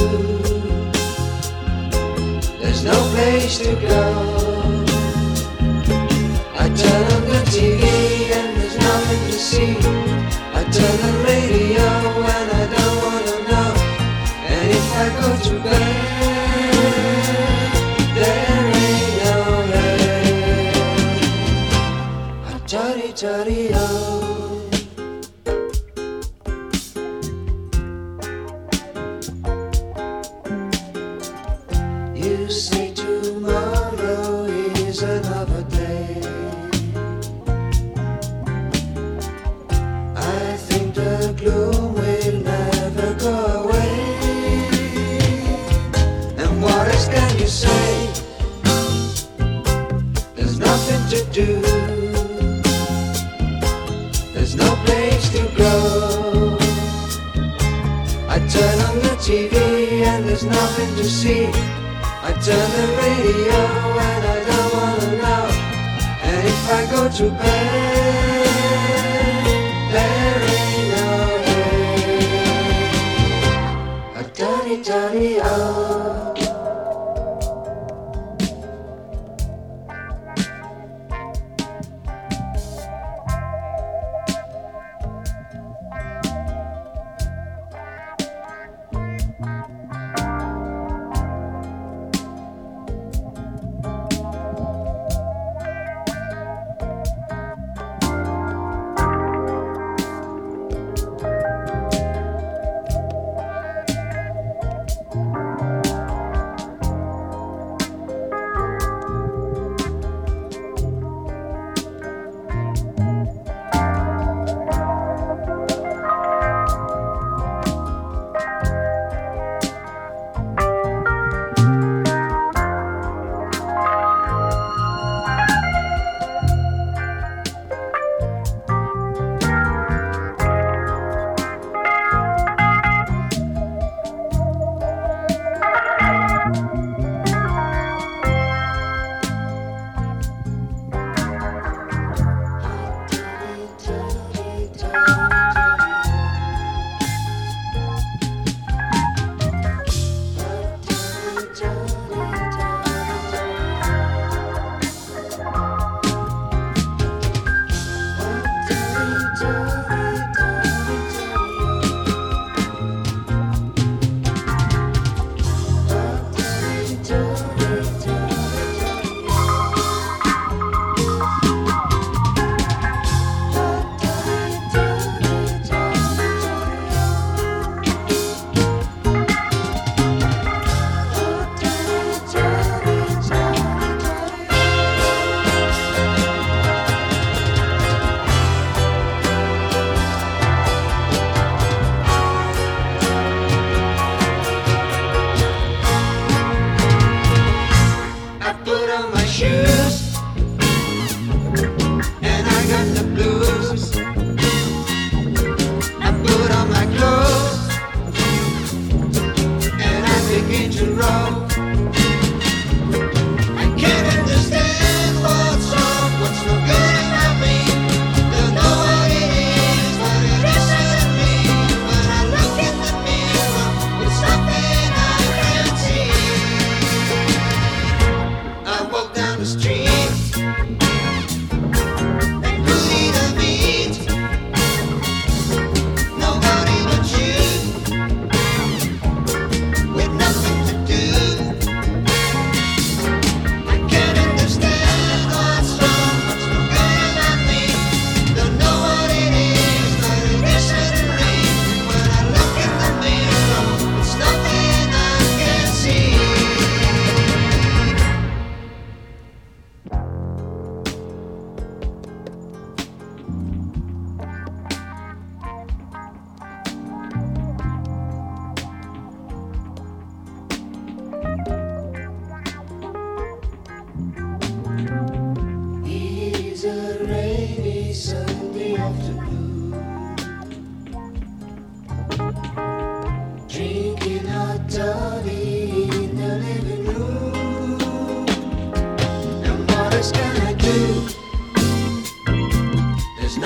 There's no place to go. I turn on the TV and there's nothing to see. I turn the radio and I don't wanna know. And if I go to bed, there ain't no hell. A You say tomorrow is another day. I think the gloom will never go away. And what else can you say? There's nothing to do. There's no place to go. I turn on the TV and there's nothing to see. I turn the radio and I don't wanna know. And if I go to bed, there ain't no hell. A daddy-daddy-oh.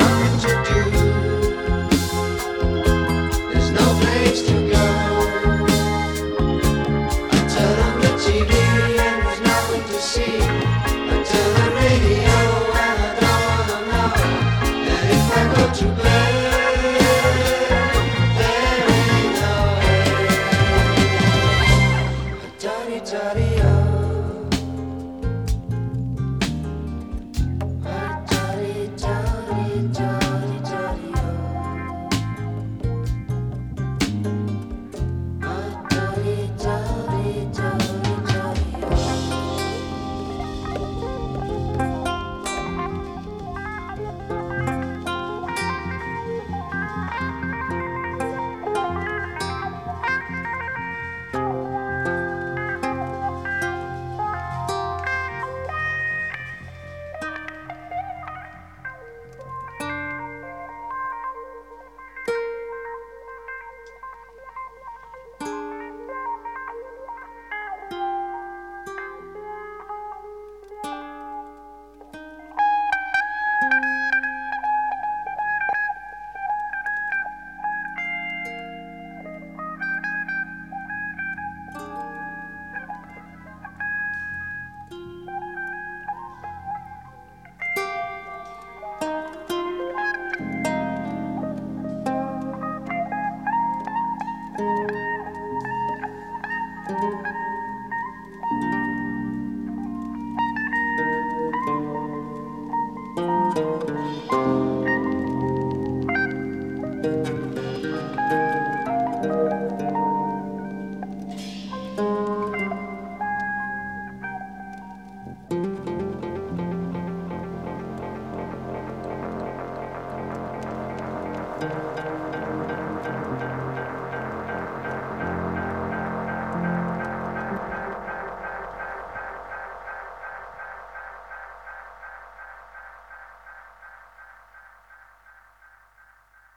There's no place to go.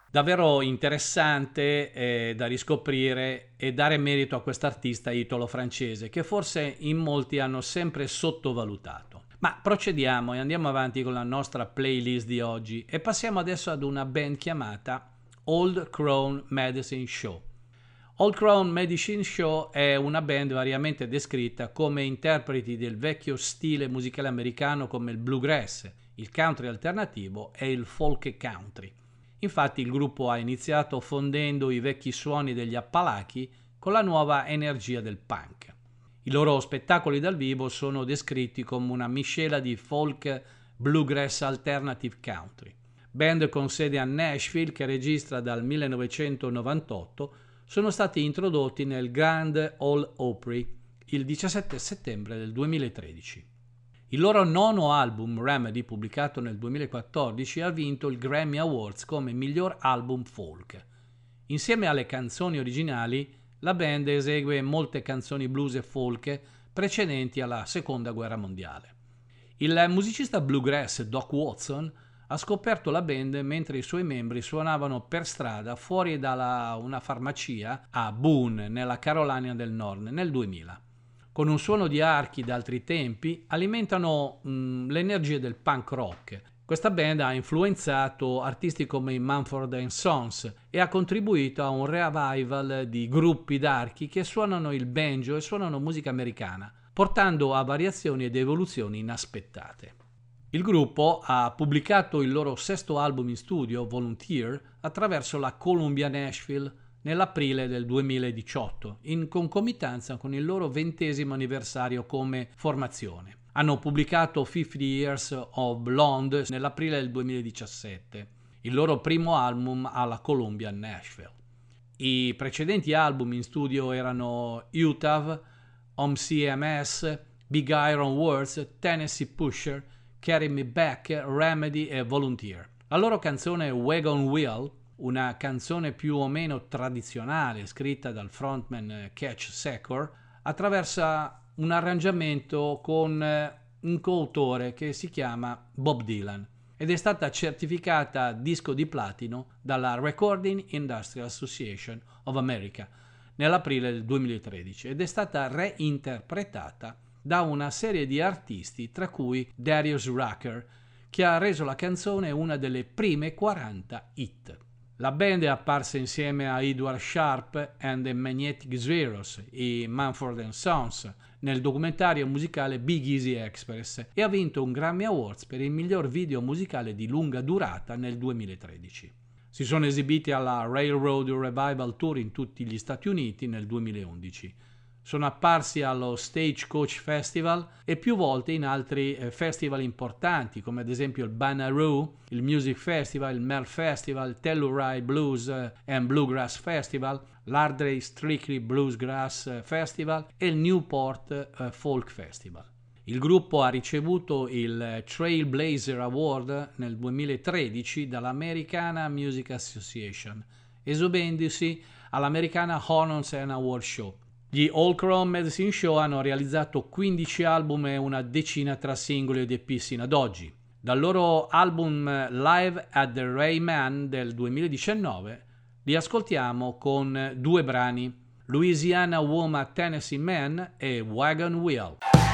Davvero interessante da riscoprire e dare merito a quest'artista italo-francese che forse in molti hanno sempre sottovalutato. Ma procediamo e andiamo avanti con la nostra playlist di oggi e passiamo adesso ad una band chiamata Old Crown Medicine Show. Old Crown Medicine Show è una band variamente descritta come interpreti del vecchio stile musicale americano come il bluegrass, il country alternativo e il folk country. Infatti il gruppo ha iniziato fondendo i vecchi suoni degli Appalachi con la nuova energia del punk. I loro spettacoli dal vivo sono descritti come una miscela di folk, bluegrass, alternative country. Band con sede a Nashville che registra dal 1998, sono stati introdotti nel Grand Ole Opry il 17 settembre del 2013. Il loro nono album, Remedy, pubblicato nel 2014, ha vinto il Grammy Awards come miglior album folk. Insieme alle canzoni originali, la band esegue molte canzoni blues e folk precedenti alla Seconda Guerra Mondiale. Il musicista bluegrass Doc Watson ha scoperto la band mentre i suoi membri suonavano per strada fuori da una farmacia a Boone, nella Carolina del Nord, nel 2000. Con un suono di archi d'altri tempi, alimentano l'energia del punk rock. Questa band ha influenzato artisti come i Mumford & Sons e ha contribuito a un revival di gruppi d'archi che suonano il banjo e suonano musica americana, portando a variazioni ed evoluzioni inaspettate. Il gruppo ha pubblicato il loro sesto album in studio, Volunteer, attraverso la Columbia Nashville nell'aprile del 2018, in concomitanza con il loro 20° anniversario come formazione. Hanno pubblicato 50 Years of Blonde nell'aprile del 2017, il loro primo album alla Columbia Nashville. I precedenti album in studio erano Utah, CMS, Big Iron Words, Tennessee Pusher, Carry Me Back, Remedy e Volunteer. La loro canzone Wagon Wheel, una canzone più o meno tradizionale scritta dal frontman Catch Secor, attraversa un arrangiamento con un coautore che si chiama Bob Dylan ed è stata certificata disco di platino dalla Recording Industry Association of America nell'aprile del 2013 ed è stata reinterpretata da una serie di artisti, tra cui Darius Rucker, che ha reso la canzone una delle prime 40 hit. La band è apparsa insieme a Edward Sharpe and the Magnetic Zeros, i Mumford & Sons, nel documentario musicale Big Easy Express e ha vinto un Grammy Awards per il miglior video musicale di lunga durata nel 2013. Si sono esibiti alla Railroad Revival Tour in tutti gli Stati Uniti nel 2011. Sono apparsi allo Stagecoach Festival e più volte in altri festival importanti, come ad esempio il Bonnaroo, il Music Festival, il Merle Festival, il Telluride Blues and Bluegrass Festival, l'Ardrey Strictly Bluegrass Festival e il Newport Folk Festival. Il gruppo ha ricevuto il Trailblazer Award nel 2013 dall'Americana Music Association, esubendosi all'Americana Honors and Award Show. Gli Old Crown Medicine Show hanno realizzato 15 album e una decina tra singoli ed EP sino ad oggi. Dal loro album Live at the Rayman del 2019 li ascoltiamo con 2 brani, Louisiana Woman Tennessee Man e Wagon Wheel.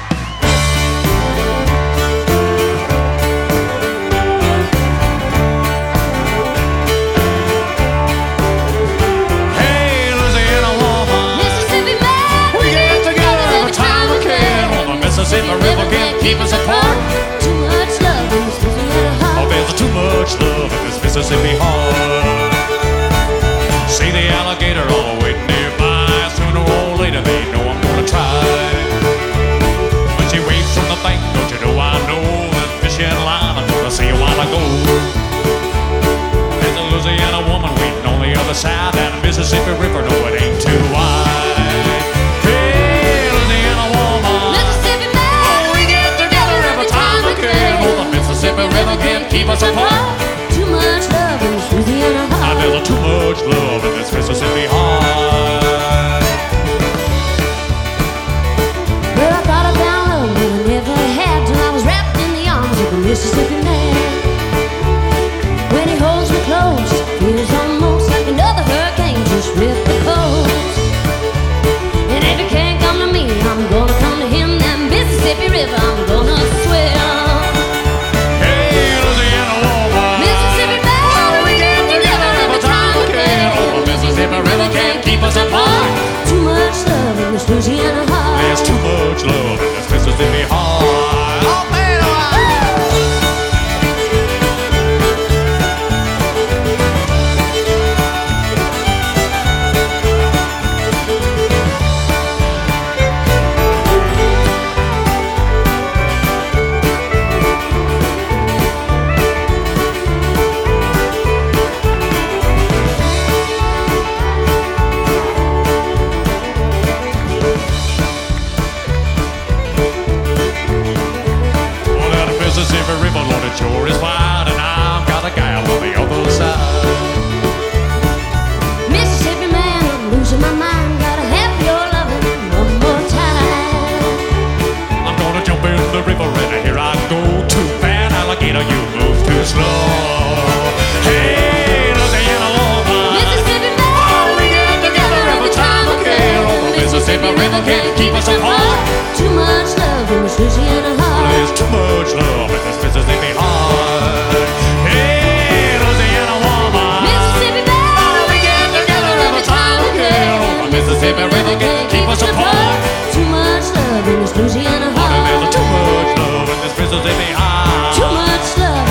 Mississippi River can't keep us apart. Too much love in this Louisiana heart. Oh, there's too much love in this Mississippi heart. See the alligator all waiting nearby. Sooner or later they know I'm gonna try. When she waves from the bank, don't you know I know that fishing line I'm gonna see a while ago. There's a Louisiana woman waiting on the other side. That Mississippi River, no, it ain't too wide. Hey, Louisiana woman. Mississippi man, we get together every time we can. Oh, the Mississippi River can't keep us apart. too much love in this Louisiana heart. There's too much love in this Mississippi heart. Well, I thought I found love when I never had till I was wrapped in the arms of the Mississippi man. When he holds me close, feels on shore is wide and I've got a gal on the other side. Mississippi man, I'm losing my mind. Gotta have your loving one more time. I'm gonna jump in the river and here I go. Too bad, alligator, you move too slow. Hey, Louisiana woman, Mississippi man, we get together every time we can. the Mississippi River can't keep us apart. Too much love in this Louisiana heart. There's too much love in this Mississippi heart. Hey, Louisiana woman, Mississippi man, we get together every time we can. the Mississippi River can't keep us apart. Too much love in this Louisiana heart. There's too much love in this Mississippi heart. Too much love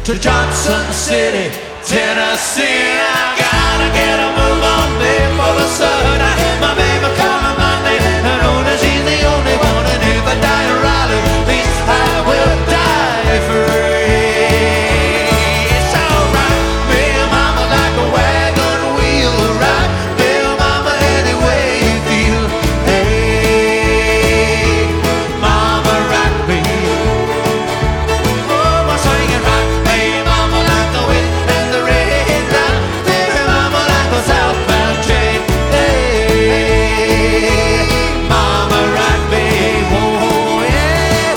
to Johnson City, Tennessee. I gotta get a move on before the sun. My baby called on Monday, and oh, that she's the only one. And if I die in Raleigh, at least I will die free. It's alright, baby mama, like a wagon wheel, right? Baby mama, any way you feel. Hey, mama, rock me. Oh, I'm singing rock me, mama, like the wind and the rain, right? Baby mama, like a southbound train. Hey, mama, rock me, oh yeah.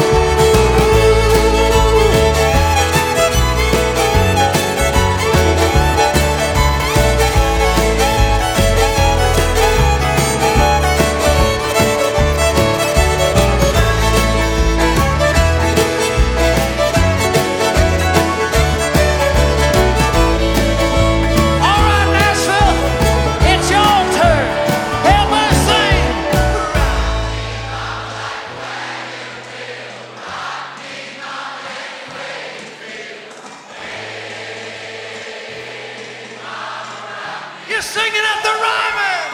All right, Nashville, it's your turn. Help us sing. You're singing at the Ryman.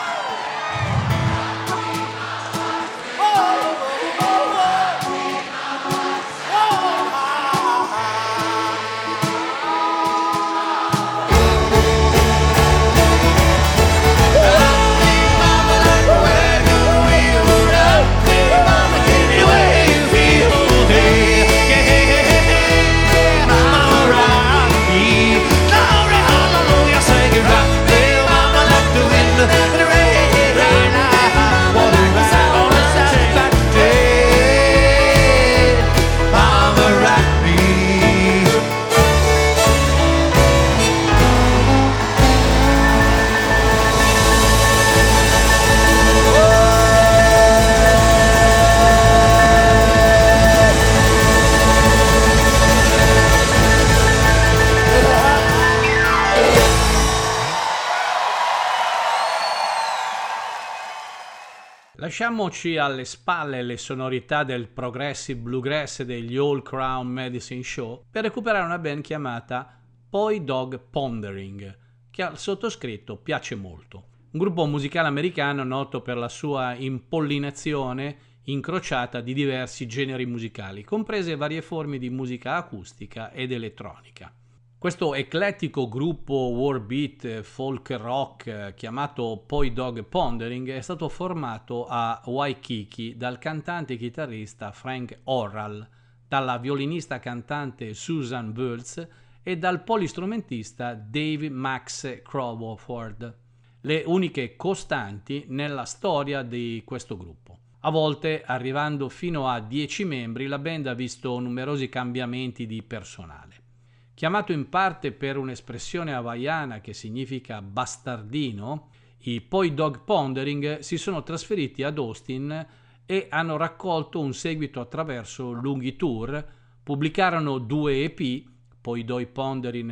Lasciamoci alle spalle le sonorità del progressive bluegrass degli Old Crown Medicine Show per recuperare una band chiamata Poi Dog Pondering, che al sottoscritto piace molto. Un gruppo musicale americano noto per la sua impollinazione incrociata di diversi generi musicali, comprese varie forme di musica acustica ed elettronica. Questo eclettico gruppo warbeat folk rock chiamato Poi Dog Pondering è stato formato a Waikiki dal cantante e chitarrista Frank Orral, dalla violinista cantante Susan Bulls e dal polistrumentista Dave Max Crawford, le uniche costanti nella storia di questo gruppo. A volte, arrivando fino a 10 membri, la band ha visto numerosi cambiamenti di personale. Chiamato in parte per un'espressione hawaiana che significa bastardino, i Poi Dog Pondering si sono trasferiti ad Austin e hanno raccolto un seguito attraverso lunghi tour, pubblicarono 2 EP, Poi Dog Pondering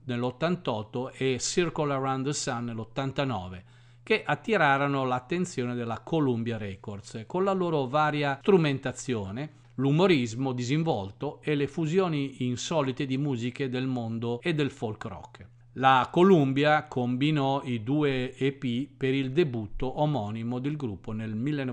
nell'88 e Circle Around the Sun nell'89, che attirarono l'attenzione della Columbia Records con la loro varia strumentazione, l'umorismo disinvolto e le fusioni insolite di musiche del mondo e del folk rock. La Columbia combinò i 2 EP per il debutto omonimo del gruppo nel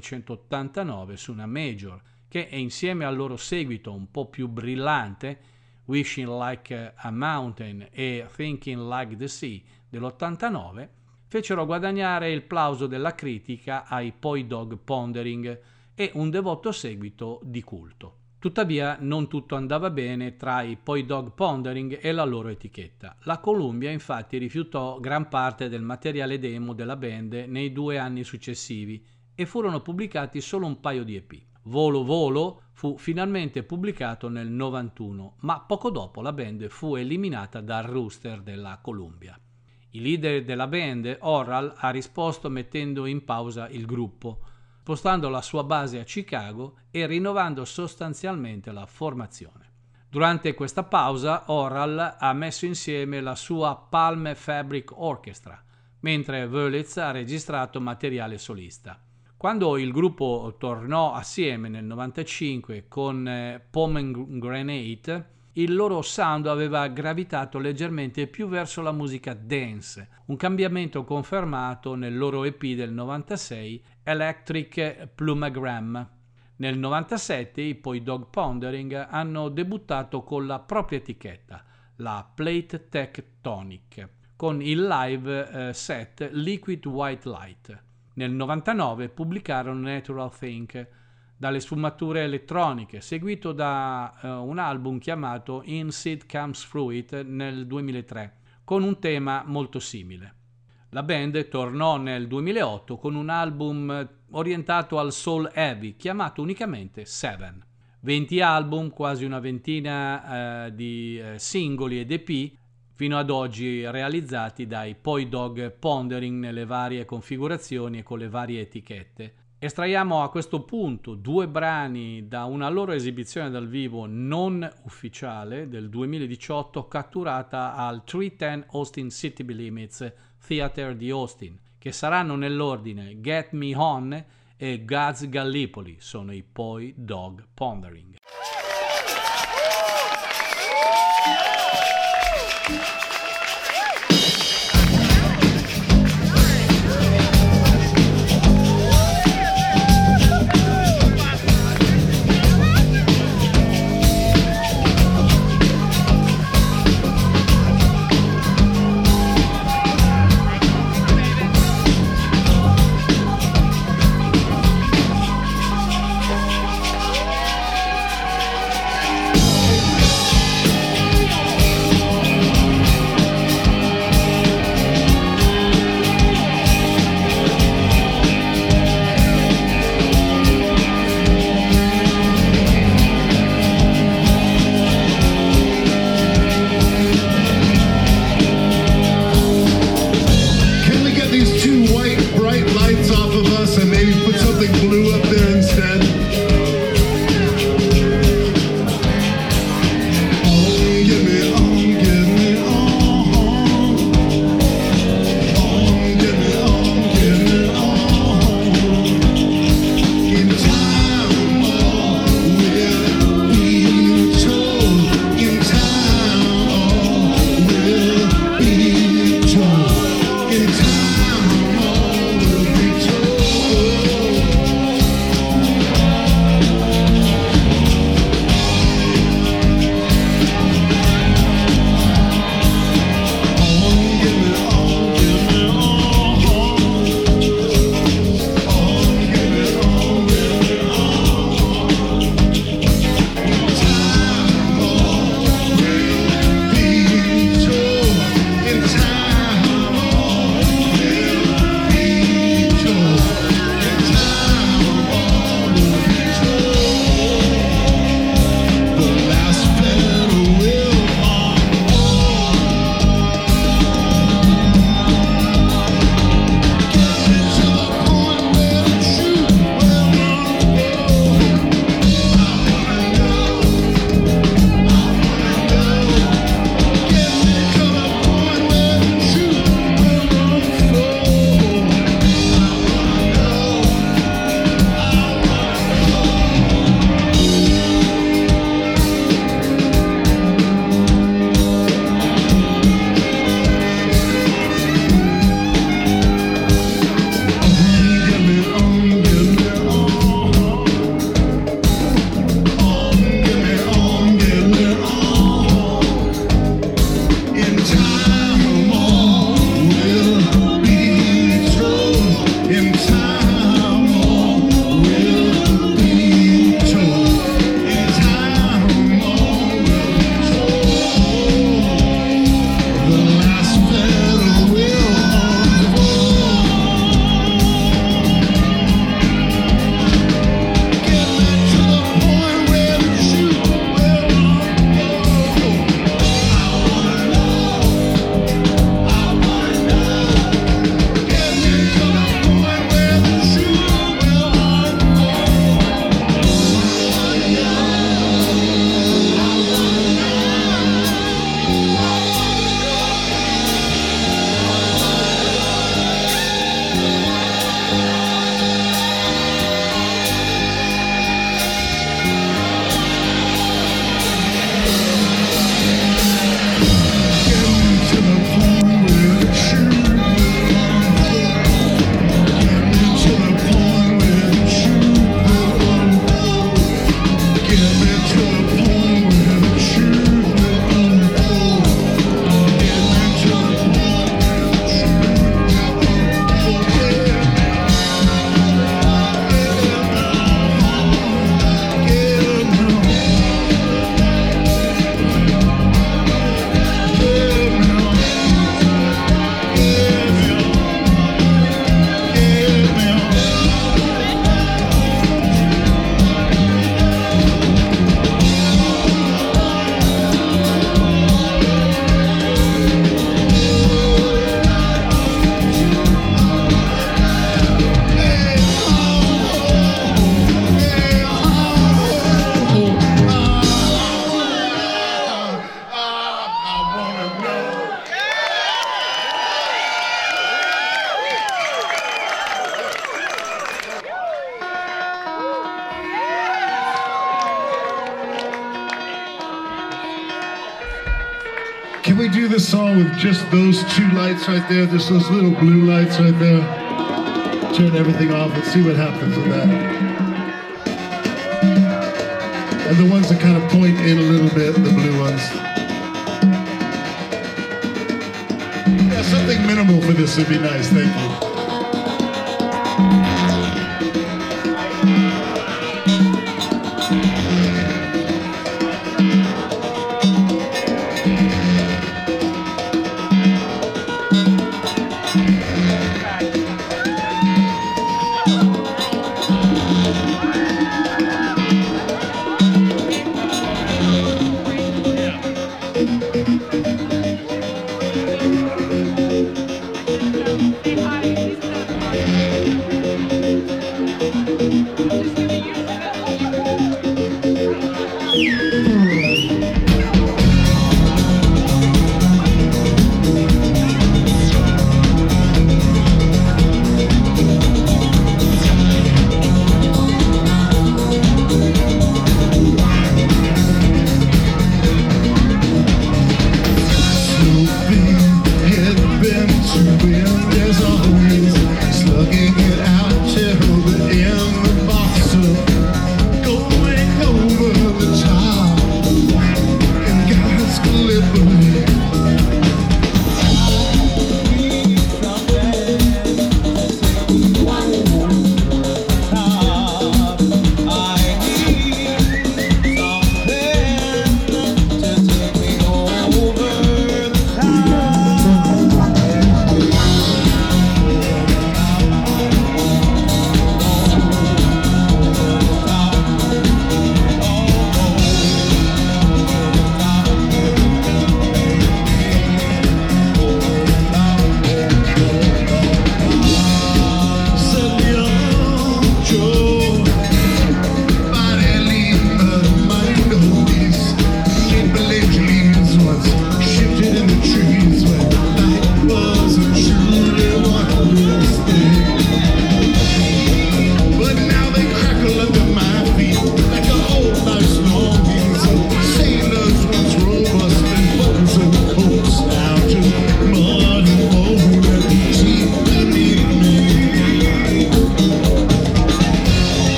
1989 su una major che, insieme al loro seguito un po' più brillante, Wishing Like a Mountain e Thinking Like the Sea dell'89, fecero guadagnare il plauso della critica ai Poi Dog Pondering e un devoto seguito di culto. Tuttavia non tutto andava bene tra i Poi Dog Pondering e la loro etichetta. La Columbia infatti rifiutò gran parte del materiale demo della band nei 2 anni successivi e furono pubblicati solo un paio di EP. Volo Volo fu finalmente pubblicato nel 91, ma poco dopo la band fu eliminata dal roster della Columbia. Il leader della band, Orral, ha risposto mettendo in pausa il gruppo, spostando la sua base a Chicago e rinnovando sostanzialmente la formazione. Durante questa pausa, Orral ha messo insieme la sua Palm Fabric Orchestra, mentre Wurlitz ha registrato materiale solista. Quando il gruppo tornò assieme nel 95 con Pomegranate, il loro sound aveva gravitato leggermente più verso la musica dance, un cambiamento confermato nel loro EP del 96, Electric Plumagram. Nel 97 i Poi Dog Pondering hanno debuttato con la propria etichetta, la Plate Tectonic, con il live set Liquid White Light. Nel 99 pubblicarono Natural Think, dalle sfumature elettroniche, seguito da un album chiamato In Seed Comes Fruit nel 2003, con un tema molto simile. La band tornò nel 2008 con un album orientato al soul heavy, chiamato unicamente Seven. 20 album, quasi una ventina di singoli ed EP, fino ad oggi realizzati dai Poi Dog Pondering nelle varie configurazioni e con le varie etichette. Estraiamo a questo punto 2 brani da una loro esibizione dal vivo non ufficiale del 2018 catturata al 310 Austin City Limits Theater di Austin, che saranno nell'ordine Get Me On e God's Gallipoli, sono i Poi Dog Pondering. Can we do this song with just those two lights right there? Just those little blue lights right there? Turn everything off and see what happens with that. And the ones that kind of point in a little bit, the blue ones. Yeah, something minimal for this would be nice, thank you.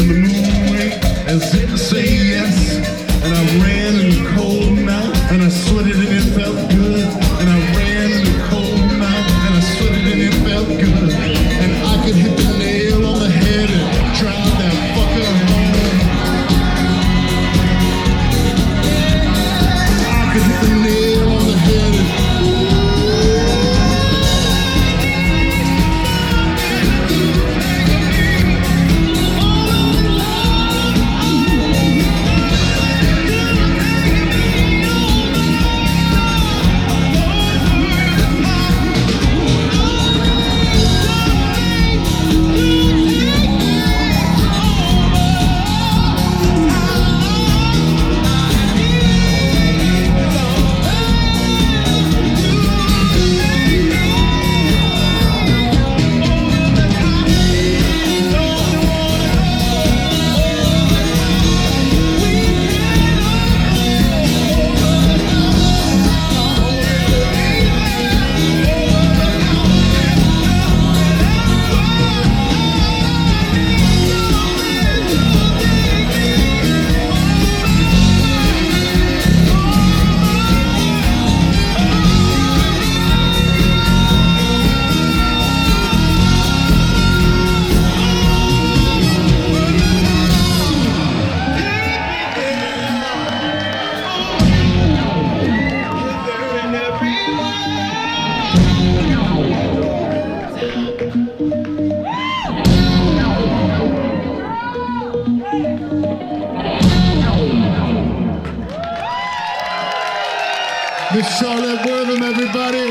Say yes, and I ran in the cold night, and I could hit the nail on the head. Miss Charlotte Wortham, everybody.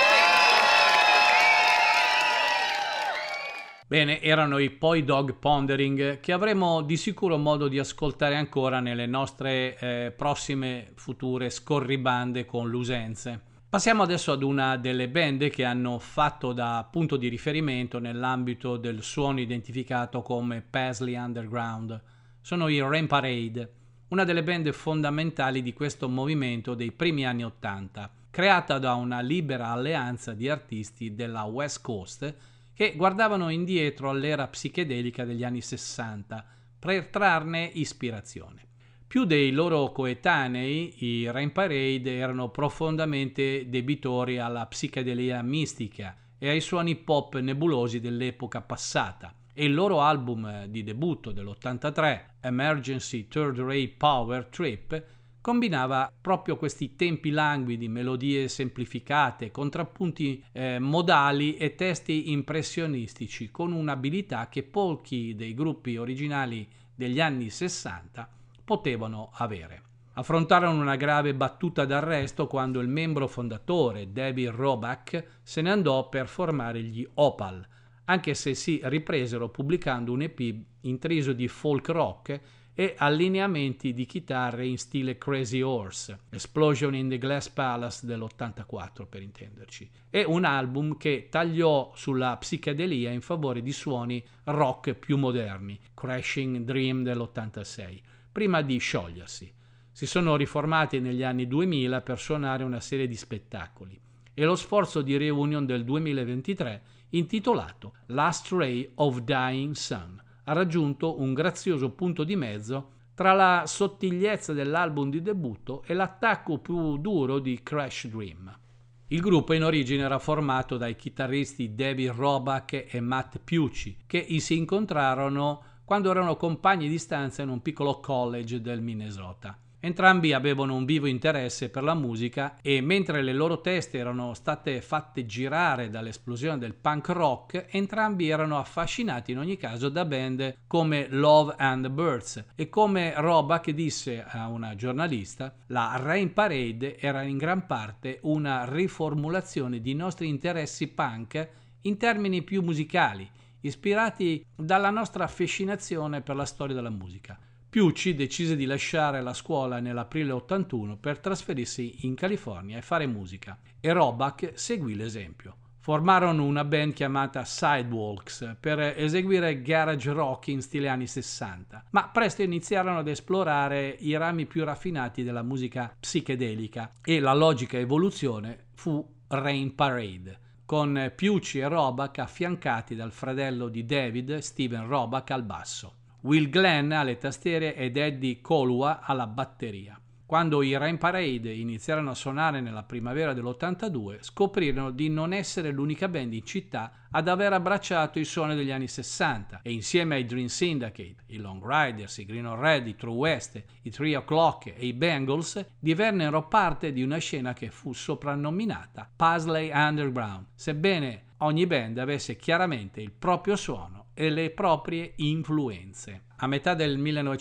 Bene, erano i Poi Dog Pondering, che avremo di sicuro modo di ascoltare ancora nelle nostre prossime future scorribande con l'usenze. Passiamo adesso ad una delle band che hanno fatto da punto di riferimento nell'ambito del suono identificato come Paisley Underground. Sono i Rain Parade, una delle band fondamentali di questo movimento dei primi anni '80, creata da una libera alleanza di artisti della West Coast che guardavano indietro all'era psichedelica degli anni 60 per trarne ispirazione. Più dei loro coetanei, i Rain Parade erano profondamente debitori alla psichedelia mistica e ai suoni pop nebulosi dell'epoca passata, e il loro album di debutto dell'83, Emergency Third Ray Power Trip, combinava proprio questi tempi languidi, melodie semplificate, contrappunti modali e testi impressionistici, con un'abilità che pochi dei gruppi originali degli anni 60 potevano avere. Affrontarono una grave battuta d'arresto quando il membro fondatore, David Roback, se ne andò per formare gli Opal, anche se si ripresero pubblicando un EP intriso di folk rock e allineamenti di chitarre in stile Crazy Horse, Explosion in the Glass Palace dell'84 per intenderci, e un album che tagliò sulla psichedelia in favore di suoni rock più moderni, Crashing Dream dell'86, prima di sciogliersi. Si sono riformati negli anni 2000 per suonare una serie di spettacoli, e lo sforzo di reunion del 2023, intitolato Last Ray of Dying Sun, ha raggiunto un grazioso punto di mezzo tra la sottigliezza dell'album di debutto e l'attacco più duro di Crash Dream. Il gruppo in origine era formato dai chitarristi David Roback e Matt Pucci, che si incontrarono quando erano compagni di stanza in un piccolo college del Minnesota. Entrambi avevano un vivo interesse per la musica e mentre le loro teste erano state fatte girare dall'esplosione del punk rock, entrambi erano affascinati in ogni caso da band come Love and the Birds, e come Roback disse a una giornalista, la Rain Parade era in gran parte una riformulazione di nostri interessi punk in termini più musicali, ispirati dalla nostra affascinazione per la storia della musica. Pucci decise di lasciare la scuola nell'aprile 81 per trasferirsi in California e fare musica, e Roback seguì l'esempio. Formarono una band chiamata Sidewalks per eseguire garage rock in stile anni 60, ma presto iniziarono ad esplorare i rami più raffinati della musica psichedelica, e la logica evoluzione fu Rain Parade, con Pucci e Roback affiancati dal fratello di David, Steven Roback, al basso, Will Glenn alle tastiere ed Eddie Colua alla batteria. Quando i Rain Parade iniziarono a suonare nella primavera dell'82, scoprirono di non essere l'unica band in città ad aver abbracciato i suoni degli anni 60 e insieme ai Dream Syndicate, i Long Riders, i Green on Red, i True West, i 3 O'Clock e i Bangles divennero parte di una scena che fu soprannominata Paisley Underground, sebbene ogni band avesse chiaramente il proprio suono e le proprie influenze. A metà del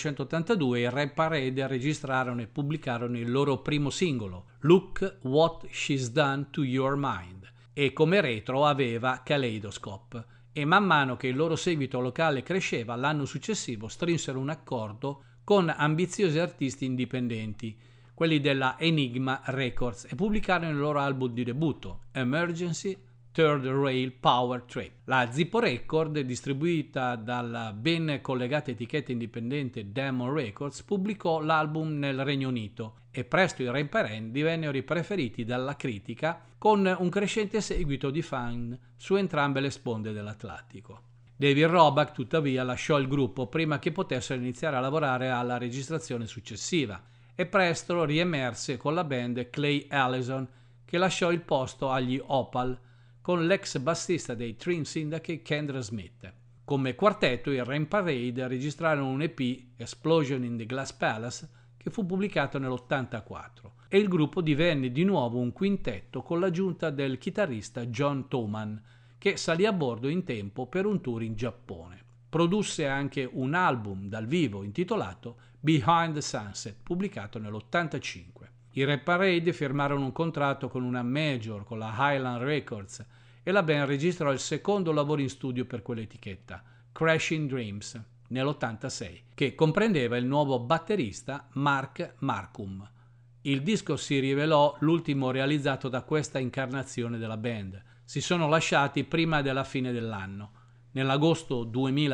1982 i Rain Parade registrarono e pubblicarono il loro primo singolo, Look What She's Done to Your Mind, e come retro aveva Kaleidoscope, e man mano che il loro seguito locale cresceva, l'anno successivo strinsero un accordo con ambiziosi artisti indipendenti, quelli della Enigma Records, e pubblicarono il loro album di debutto, Emergency Third Rail Power Trip. La Zippo Record, distribuita dalla ben collegata etichetta indipendente Demon Records, pubblicò l'album nel Regno Unito e presto i Rain Parade divennero i preferiti dalla critica, con un crescente seguito di fan su entrambe le sponde dell'Atlantico. David Roback tuttavia lasciò il gruppo prima che potessero iniziare a lavorare alla registrazione successiva e presto riemerse con la band Clay Allison, che lasciò il posto agli Opal con l'ex bassista dei Dream Syndicate Kendra Smith. Come quartetto i Rain Parade registrarono un EP, Explosion in the Glass Palace, che fu pubblicato nell'84, e il gruppo divenne di nuovo un quintetto con l'aggiunta del chitarrista John Thoman, che salì a bordo in tempo per un tour in Giappone. Produsse anche un album dal vivo intitolato Behind the Sunset, pubblicato nell'85. I Rain Parade firmarono un contratto con una major, con la Highland Records, e la band registrò il secondo lavoro in studio per quell'etichetta, Crashing Dreams, nell'86, che comprendeva il nuovo batterista Mark Markham. Il disco si rivelò l'ultimo realizzato da questa incarnazione della band. Si sono lasciati prima della fine dell'anno. Nell'agosto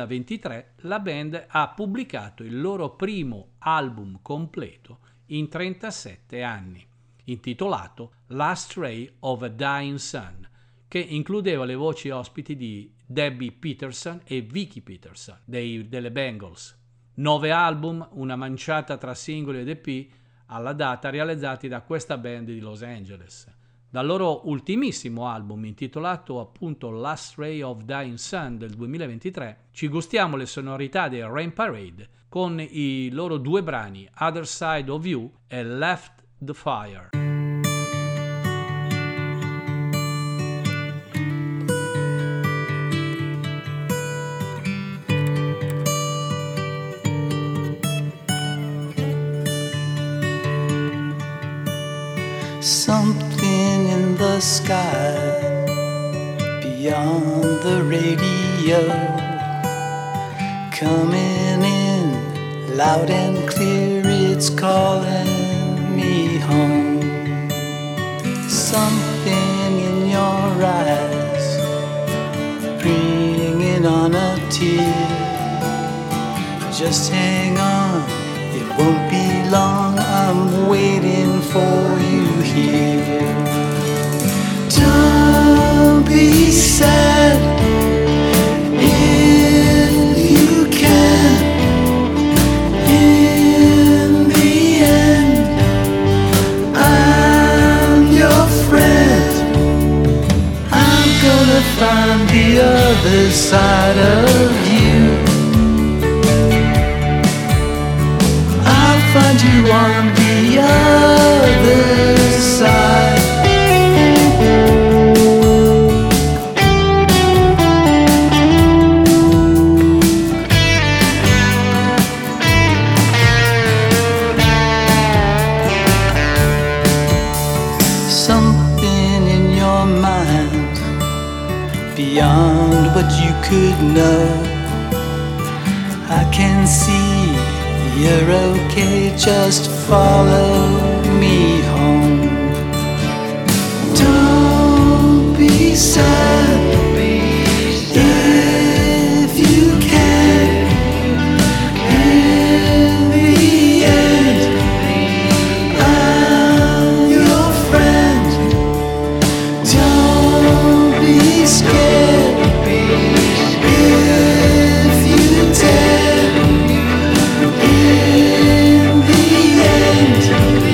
2023 la band ha pubblicato il loro primo album completo in 37 anni, intitolato Last Ray of a Dying Sun, che includeva le voci ospiti di Debbie Peterson e Vicky Peterson delle Bangles. 9 album, una manciata tra singoli ed EP alla data realizzati da questa band di Los Angeles. Dal loro ultimissimo album, intitolato appunto Last Ray of Dying Sun del 2023, ci gustiamo le sonorità dei Rain Parade con i loro 2 brani, Other Side of You e Left the Fire. Something in the sky beyond the radio, coming in loud and clear, it's calling me home. Something in your eyes bringing on a tear. Just hang on, it won't be long, I'm waiting for you here. Don't be sad if you can. In the end, I'm your friend. I'm gonna find the other side of you. I'll find you on the other side. Something in your mind beyond what you could know. I can see you're okay, just follow me home. Don't be sad if you can. In the end, I'm your friend. Don't be scared if you dare. In the end,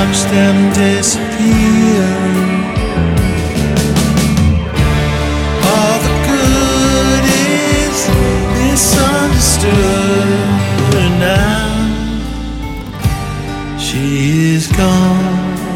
watch them disappear. All the good is misunderstood, and now she is gone.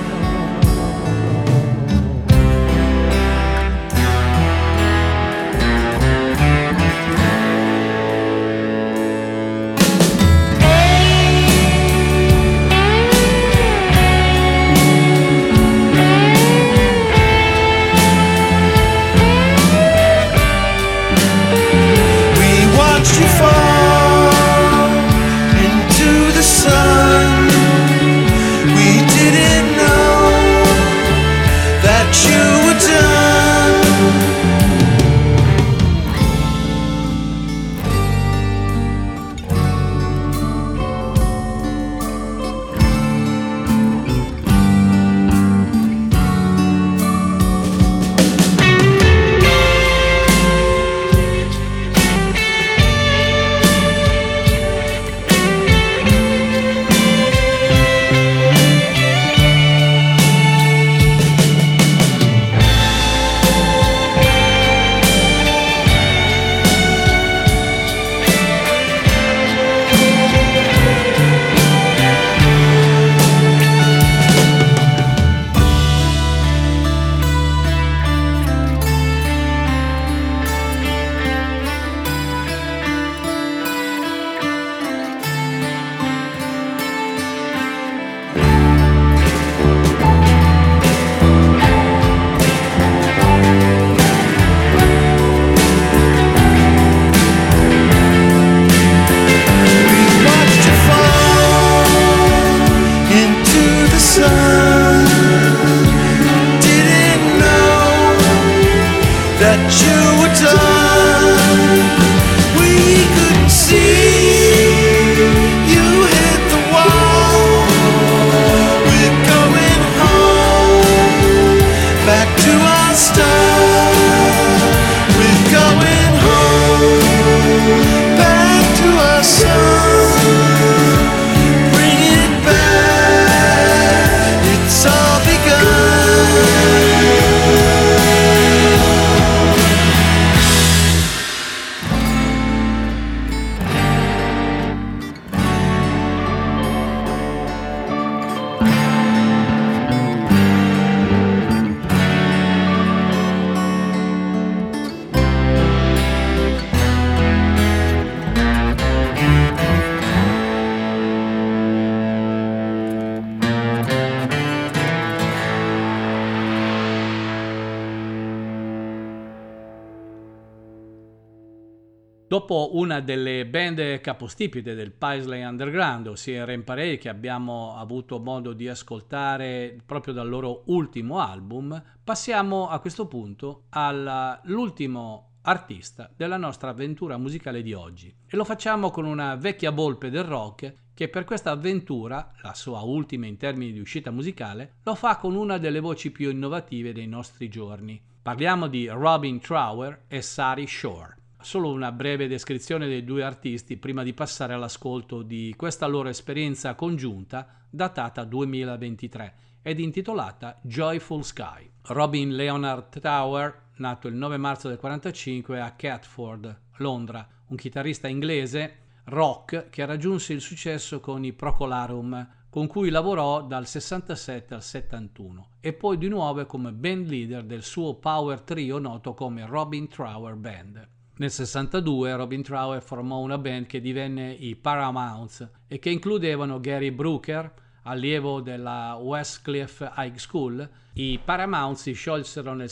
Dopo una delle band capostipite del Paisley Underground, ossia Rain Parade, che abbiamo avuto modo di ascoltare proprio dal loro ultimo album, passiamo a questo punto all'ultimo artista della nostra avventura musicale di oggi. E lo facciamo con una vecchia volpe del rock che per questa avventura, la sua ultima in termini di uscita musicale, lo fa con una delle voci più innovative dei nostri giorni. Parliamo di Robin Trower e Sari Shore. Solo una breve descrizione dei due artisti prima di passare all'ascolto di questa loro esperienza congiunta datata 2023 ed intitolata Joyful Sky. Robin Leonard Trower, nato il 9 marzo del 1945 a Catford, Londra, un chitarrista inglese rock che raggiunse il successo con i Procolarum, con cui lavorò dal 67 al 71 e poi di nuovo come band leader del suo power trio noto come Robin Trower Band. Nel 62 Robin Trower formò una band che divenne i Paramounts e che includevano Gary Brooker, allievo della Westcliff High School. I Paramounts si sciolsero nel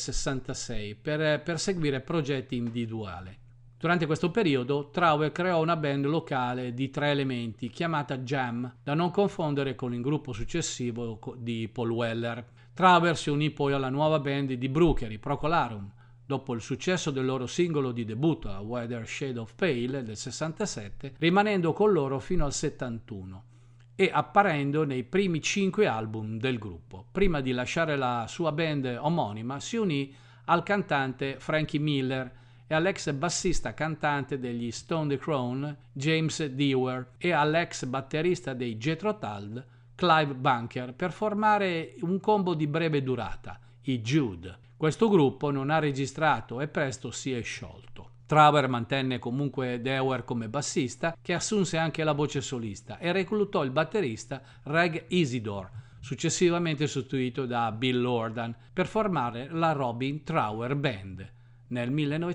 66 per perseguire progetti individuali. Durante questo periodo Trower creò una band locale di 3 elementi chiamata Jam, da non confondere con il gruppo successivo di Paul Weller. Trower si unì poi alla nuova band di Brooker, i Procolarum, dopo il successo del loro singolo di debutto, A Wider Shade of Pale, del 67, rimanendo con loro fino al 71 e apparendo nei primi 5 album del gruppo. Prima di lasciare la sua band omonima, si unì al cantante Frankie Miller e all'ex bassista cantante degli Stone the Crown, James Dewar, e all'ex batterista dei Jethro Tull, Clive Bunker per formare un combo di breve durata, i Jude. Questo gruppo non ha registrato e presto si è sciolto. Trower mantenne comunque Dewar come bassista, che assunse anche la voce solista e reclutò il batterista Reg Isidore, successivamente sostituito da Bill Lordan, per formare la Robin Trower Band nel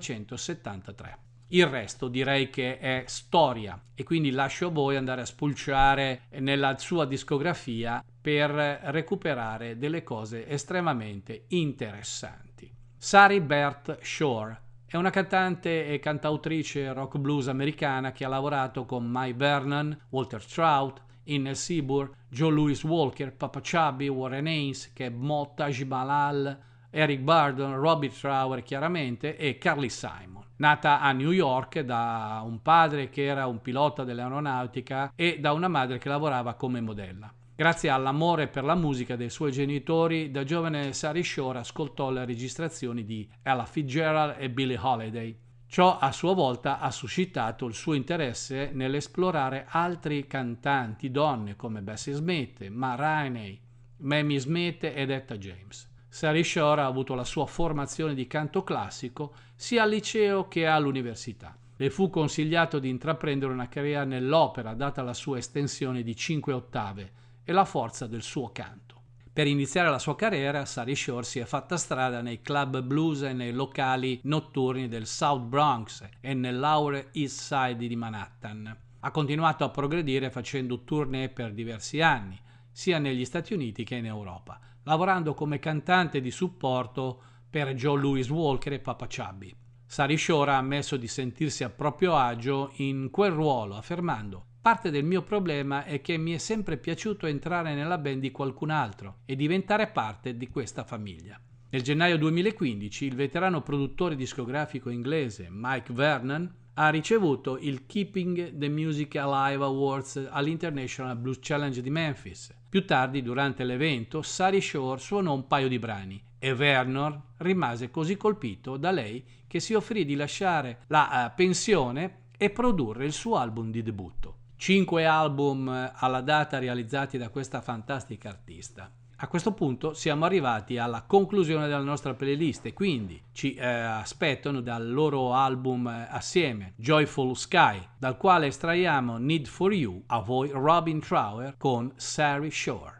1973. Il resto direi che è storia e quindi lascio a voi andare a spulciare nella sua discografia per recuperare delle cose estremamente interessanti. Sari Bert Shore è una cantante e cantautrice rock blues americana che ha lavorato con Mai Vernon, Walter Trout, Innes Seabour, Joe Louis Walker, Papa Chubby, Warren Haynes, Keb Mo, Taj Mahal, Eric Burdon, Robbie Trower chiaramente e Carly Simon. Nata a New York da un padre che era un pilota dell'aeronautica e da una madre che lavorava come modella. Grazie all'amore per la musica dei suoi genitori, da giovane Sari Shore ascoltò le registrazioni di Ella Fitzgerald e Billie Holiday. Ciò a sua volta ha suscitato il suo interesse nell'esplorare altri cantanti donne come Bessie Smith, Ma Rainey, Mamie Smith ed Etta James. Sari Shore ha avuto la sua formazione di canto classico sia al liceo che all'università. Le fu consigliato di intraprendere una carriera nell'opera data la sua estensione di 5 ottave e la forza del suo canto. Per iniziare la sua carriera, Sari Shore si è fatta strada nei club blues e nei locali notturni del South Bronx e nell'Lower East Side di Manhattan. Ha continuato a progredire facendo tournée per diversi anni, sia negli Stati Uniti che in Europa, lavorando come cantante di supporto per Joe Louis Walker e Papa Chubby. Sari Shore ha ammesso di sentirsi a proprio agio in quel ruolo, affermando: «Parte del mio problema è che mi è sempre piaciuto entrare nella band di qualcun altro e diventare parte di questa famiglia». Nel gennaio 2015 il veterano produttore discografico inglese Mike Vernon ha ricevuto il Keeping the Music Alive Awards all'International Blues Challenge di Memphis. Più tardi, durante l'evento, Sari Shore suonò un paio di brani e Vernon rimase così colpito da lei che si offrì di lasciare la pensione e produrre il suo album di debutto. 5 album alla data realizzati da questa fantastica artista. A questo punto siamo arrivati alla conclusione della nostra playlist e quindi ci aspettano dal loro album assieme, Joyful Sky, dal quale estraiamo Need for You, a voi Robin Trower con Sari Shore.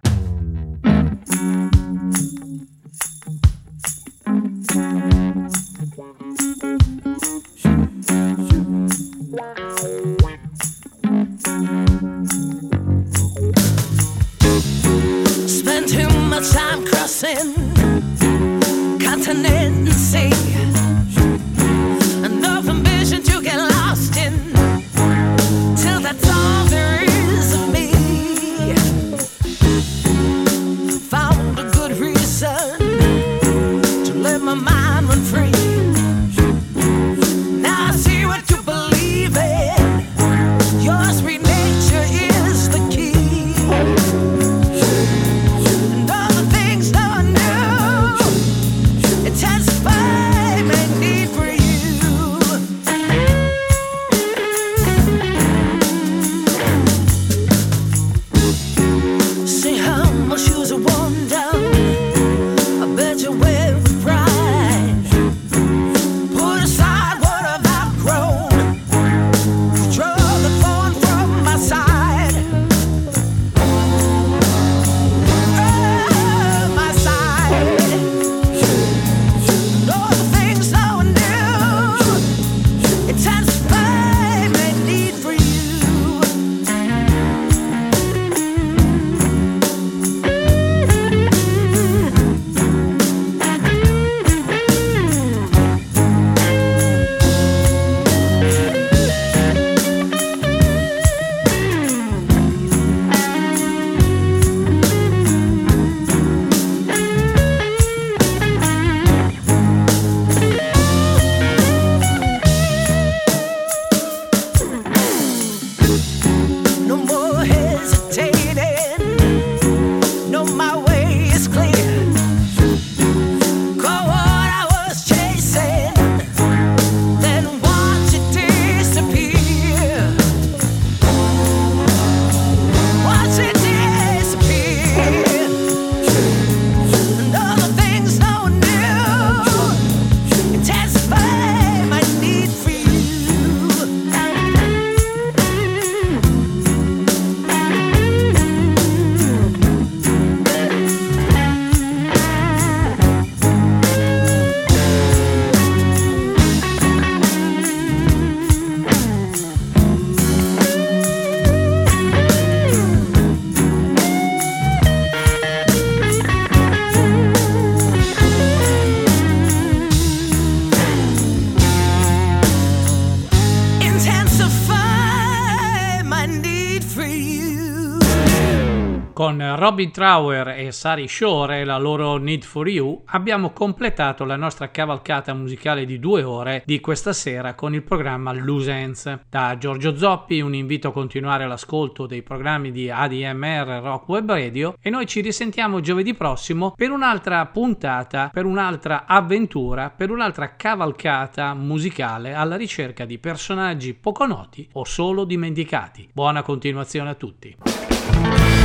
Spend too much time crossing continent and sea, enough ambition to get lost in, till that's all there is of me. Found a good reason to let my mind run free. Now I see what you believe in. Your sweet nature is the key. And all the things that I knew, it satisfied me. Con Robin Trower e Sari Shore e la loro Need for You abbiamo completato la nostra cavalcata musicale di 2 ore di questa sera con il programma Loose Ends. Da Giorgio Zoppi un invito a continuare l'ascolto dei programmi di ADMR Rock Web Radio e noi ci risentiamo giovedì prossimo per un'altra puntata, per un'altra avventura, per un'altra cavalcata musicale alla ricerca di personaggi poco noti o solo dimenticati. Buona continuazione a tutti.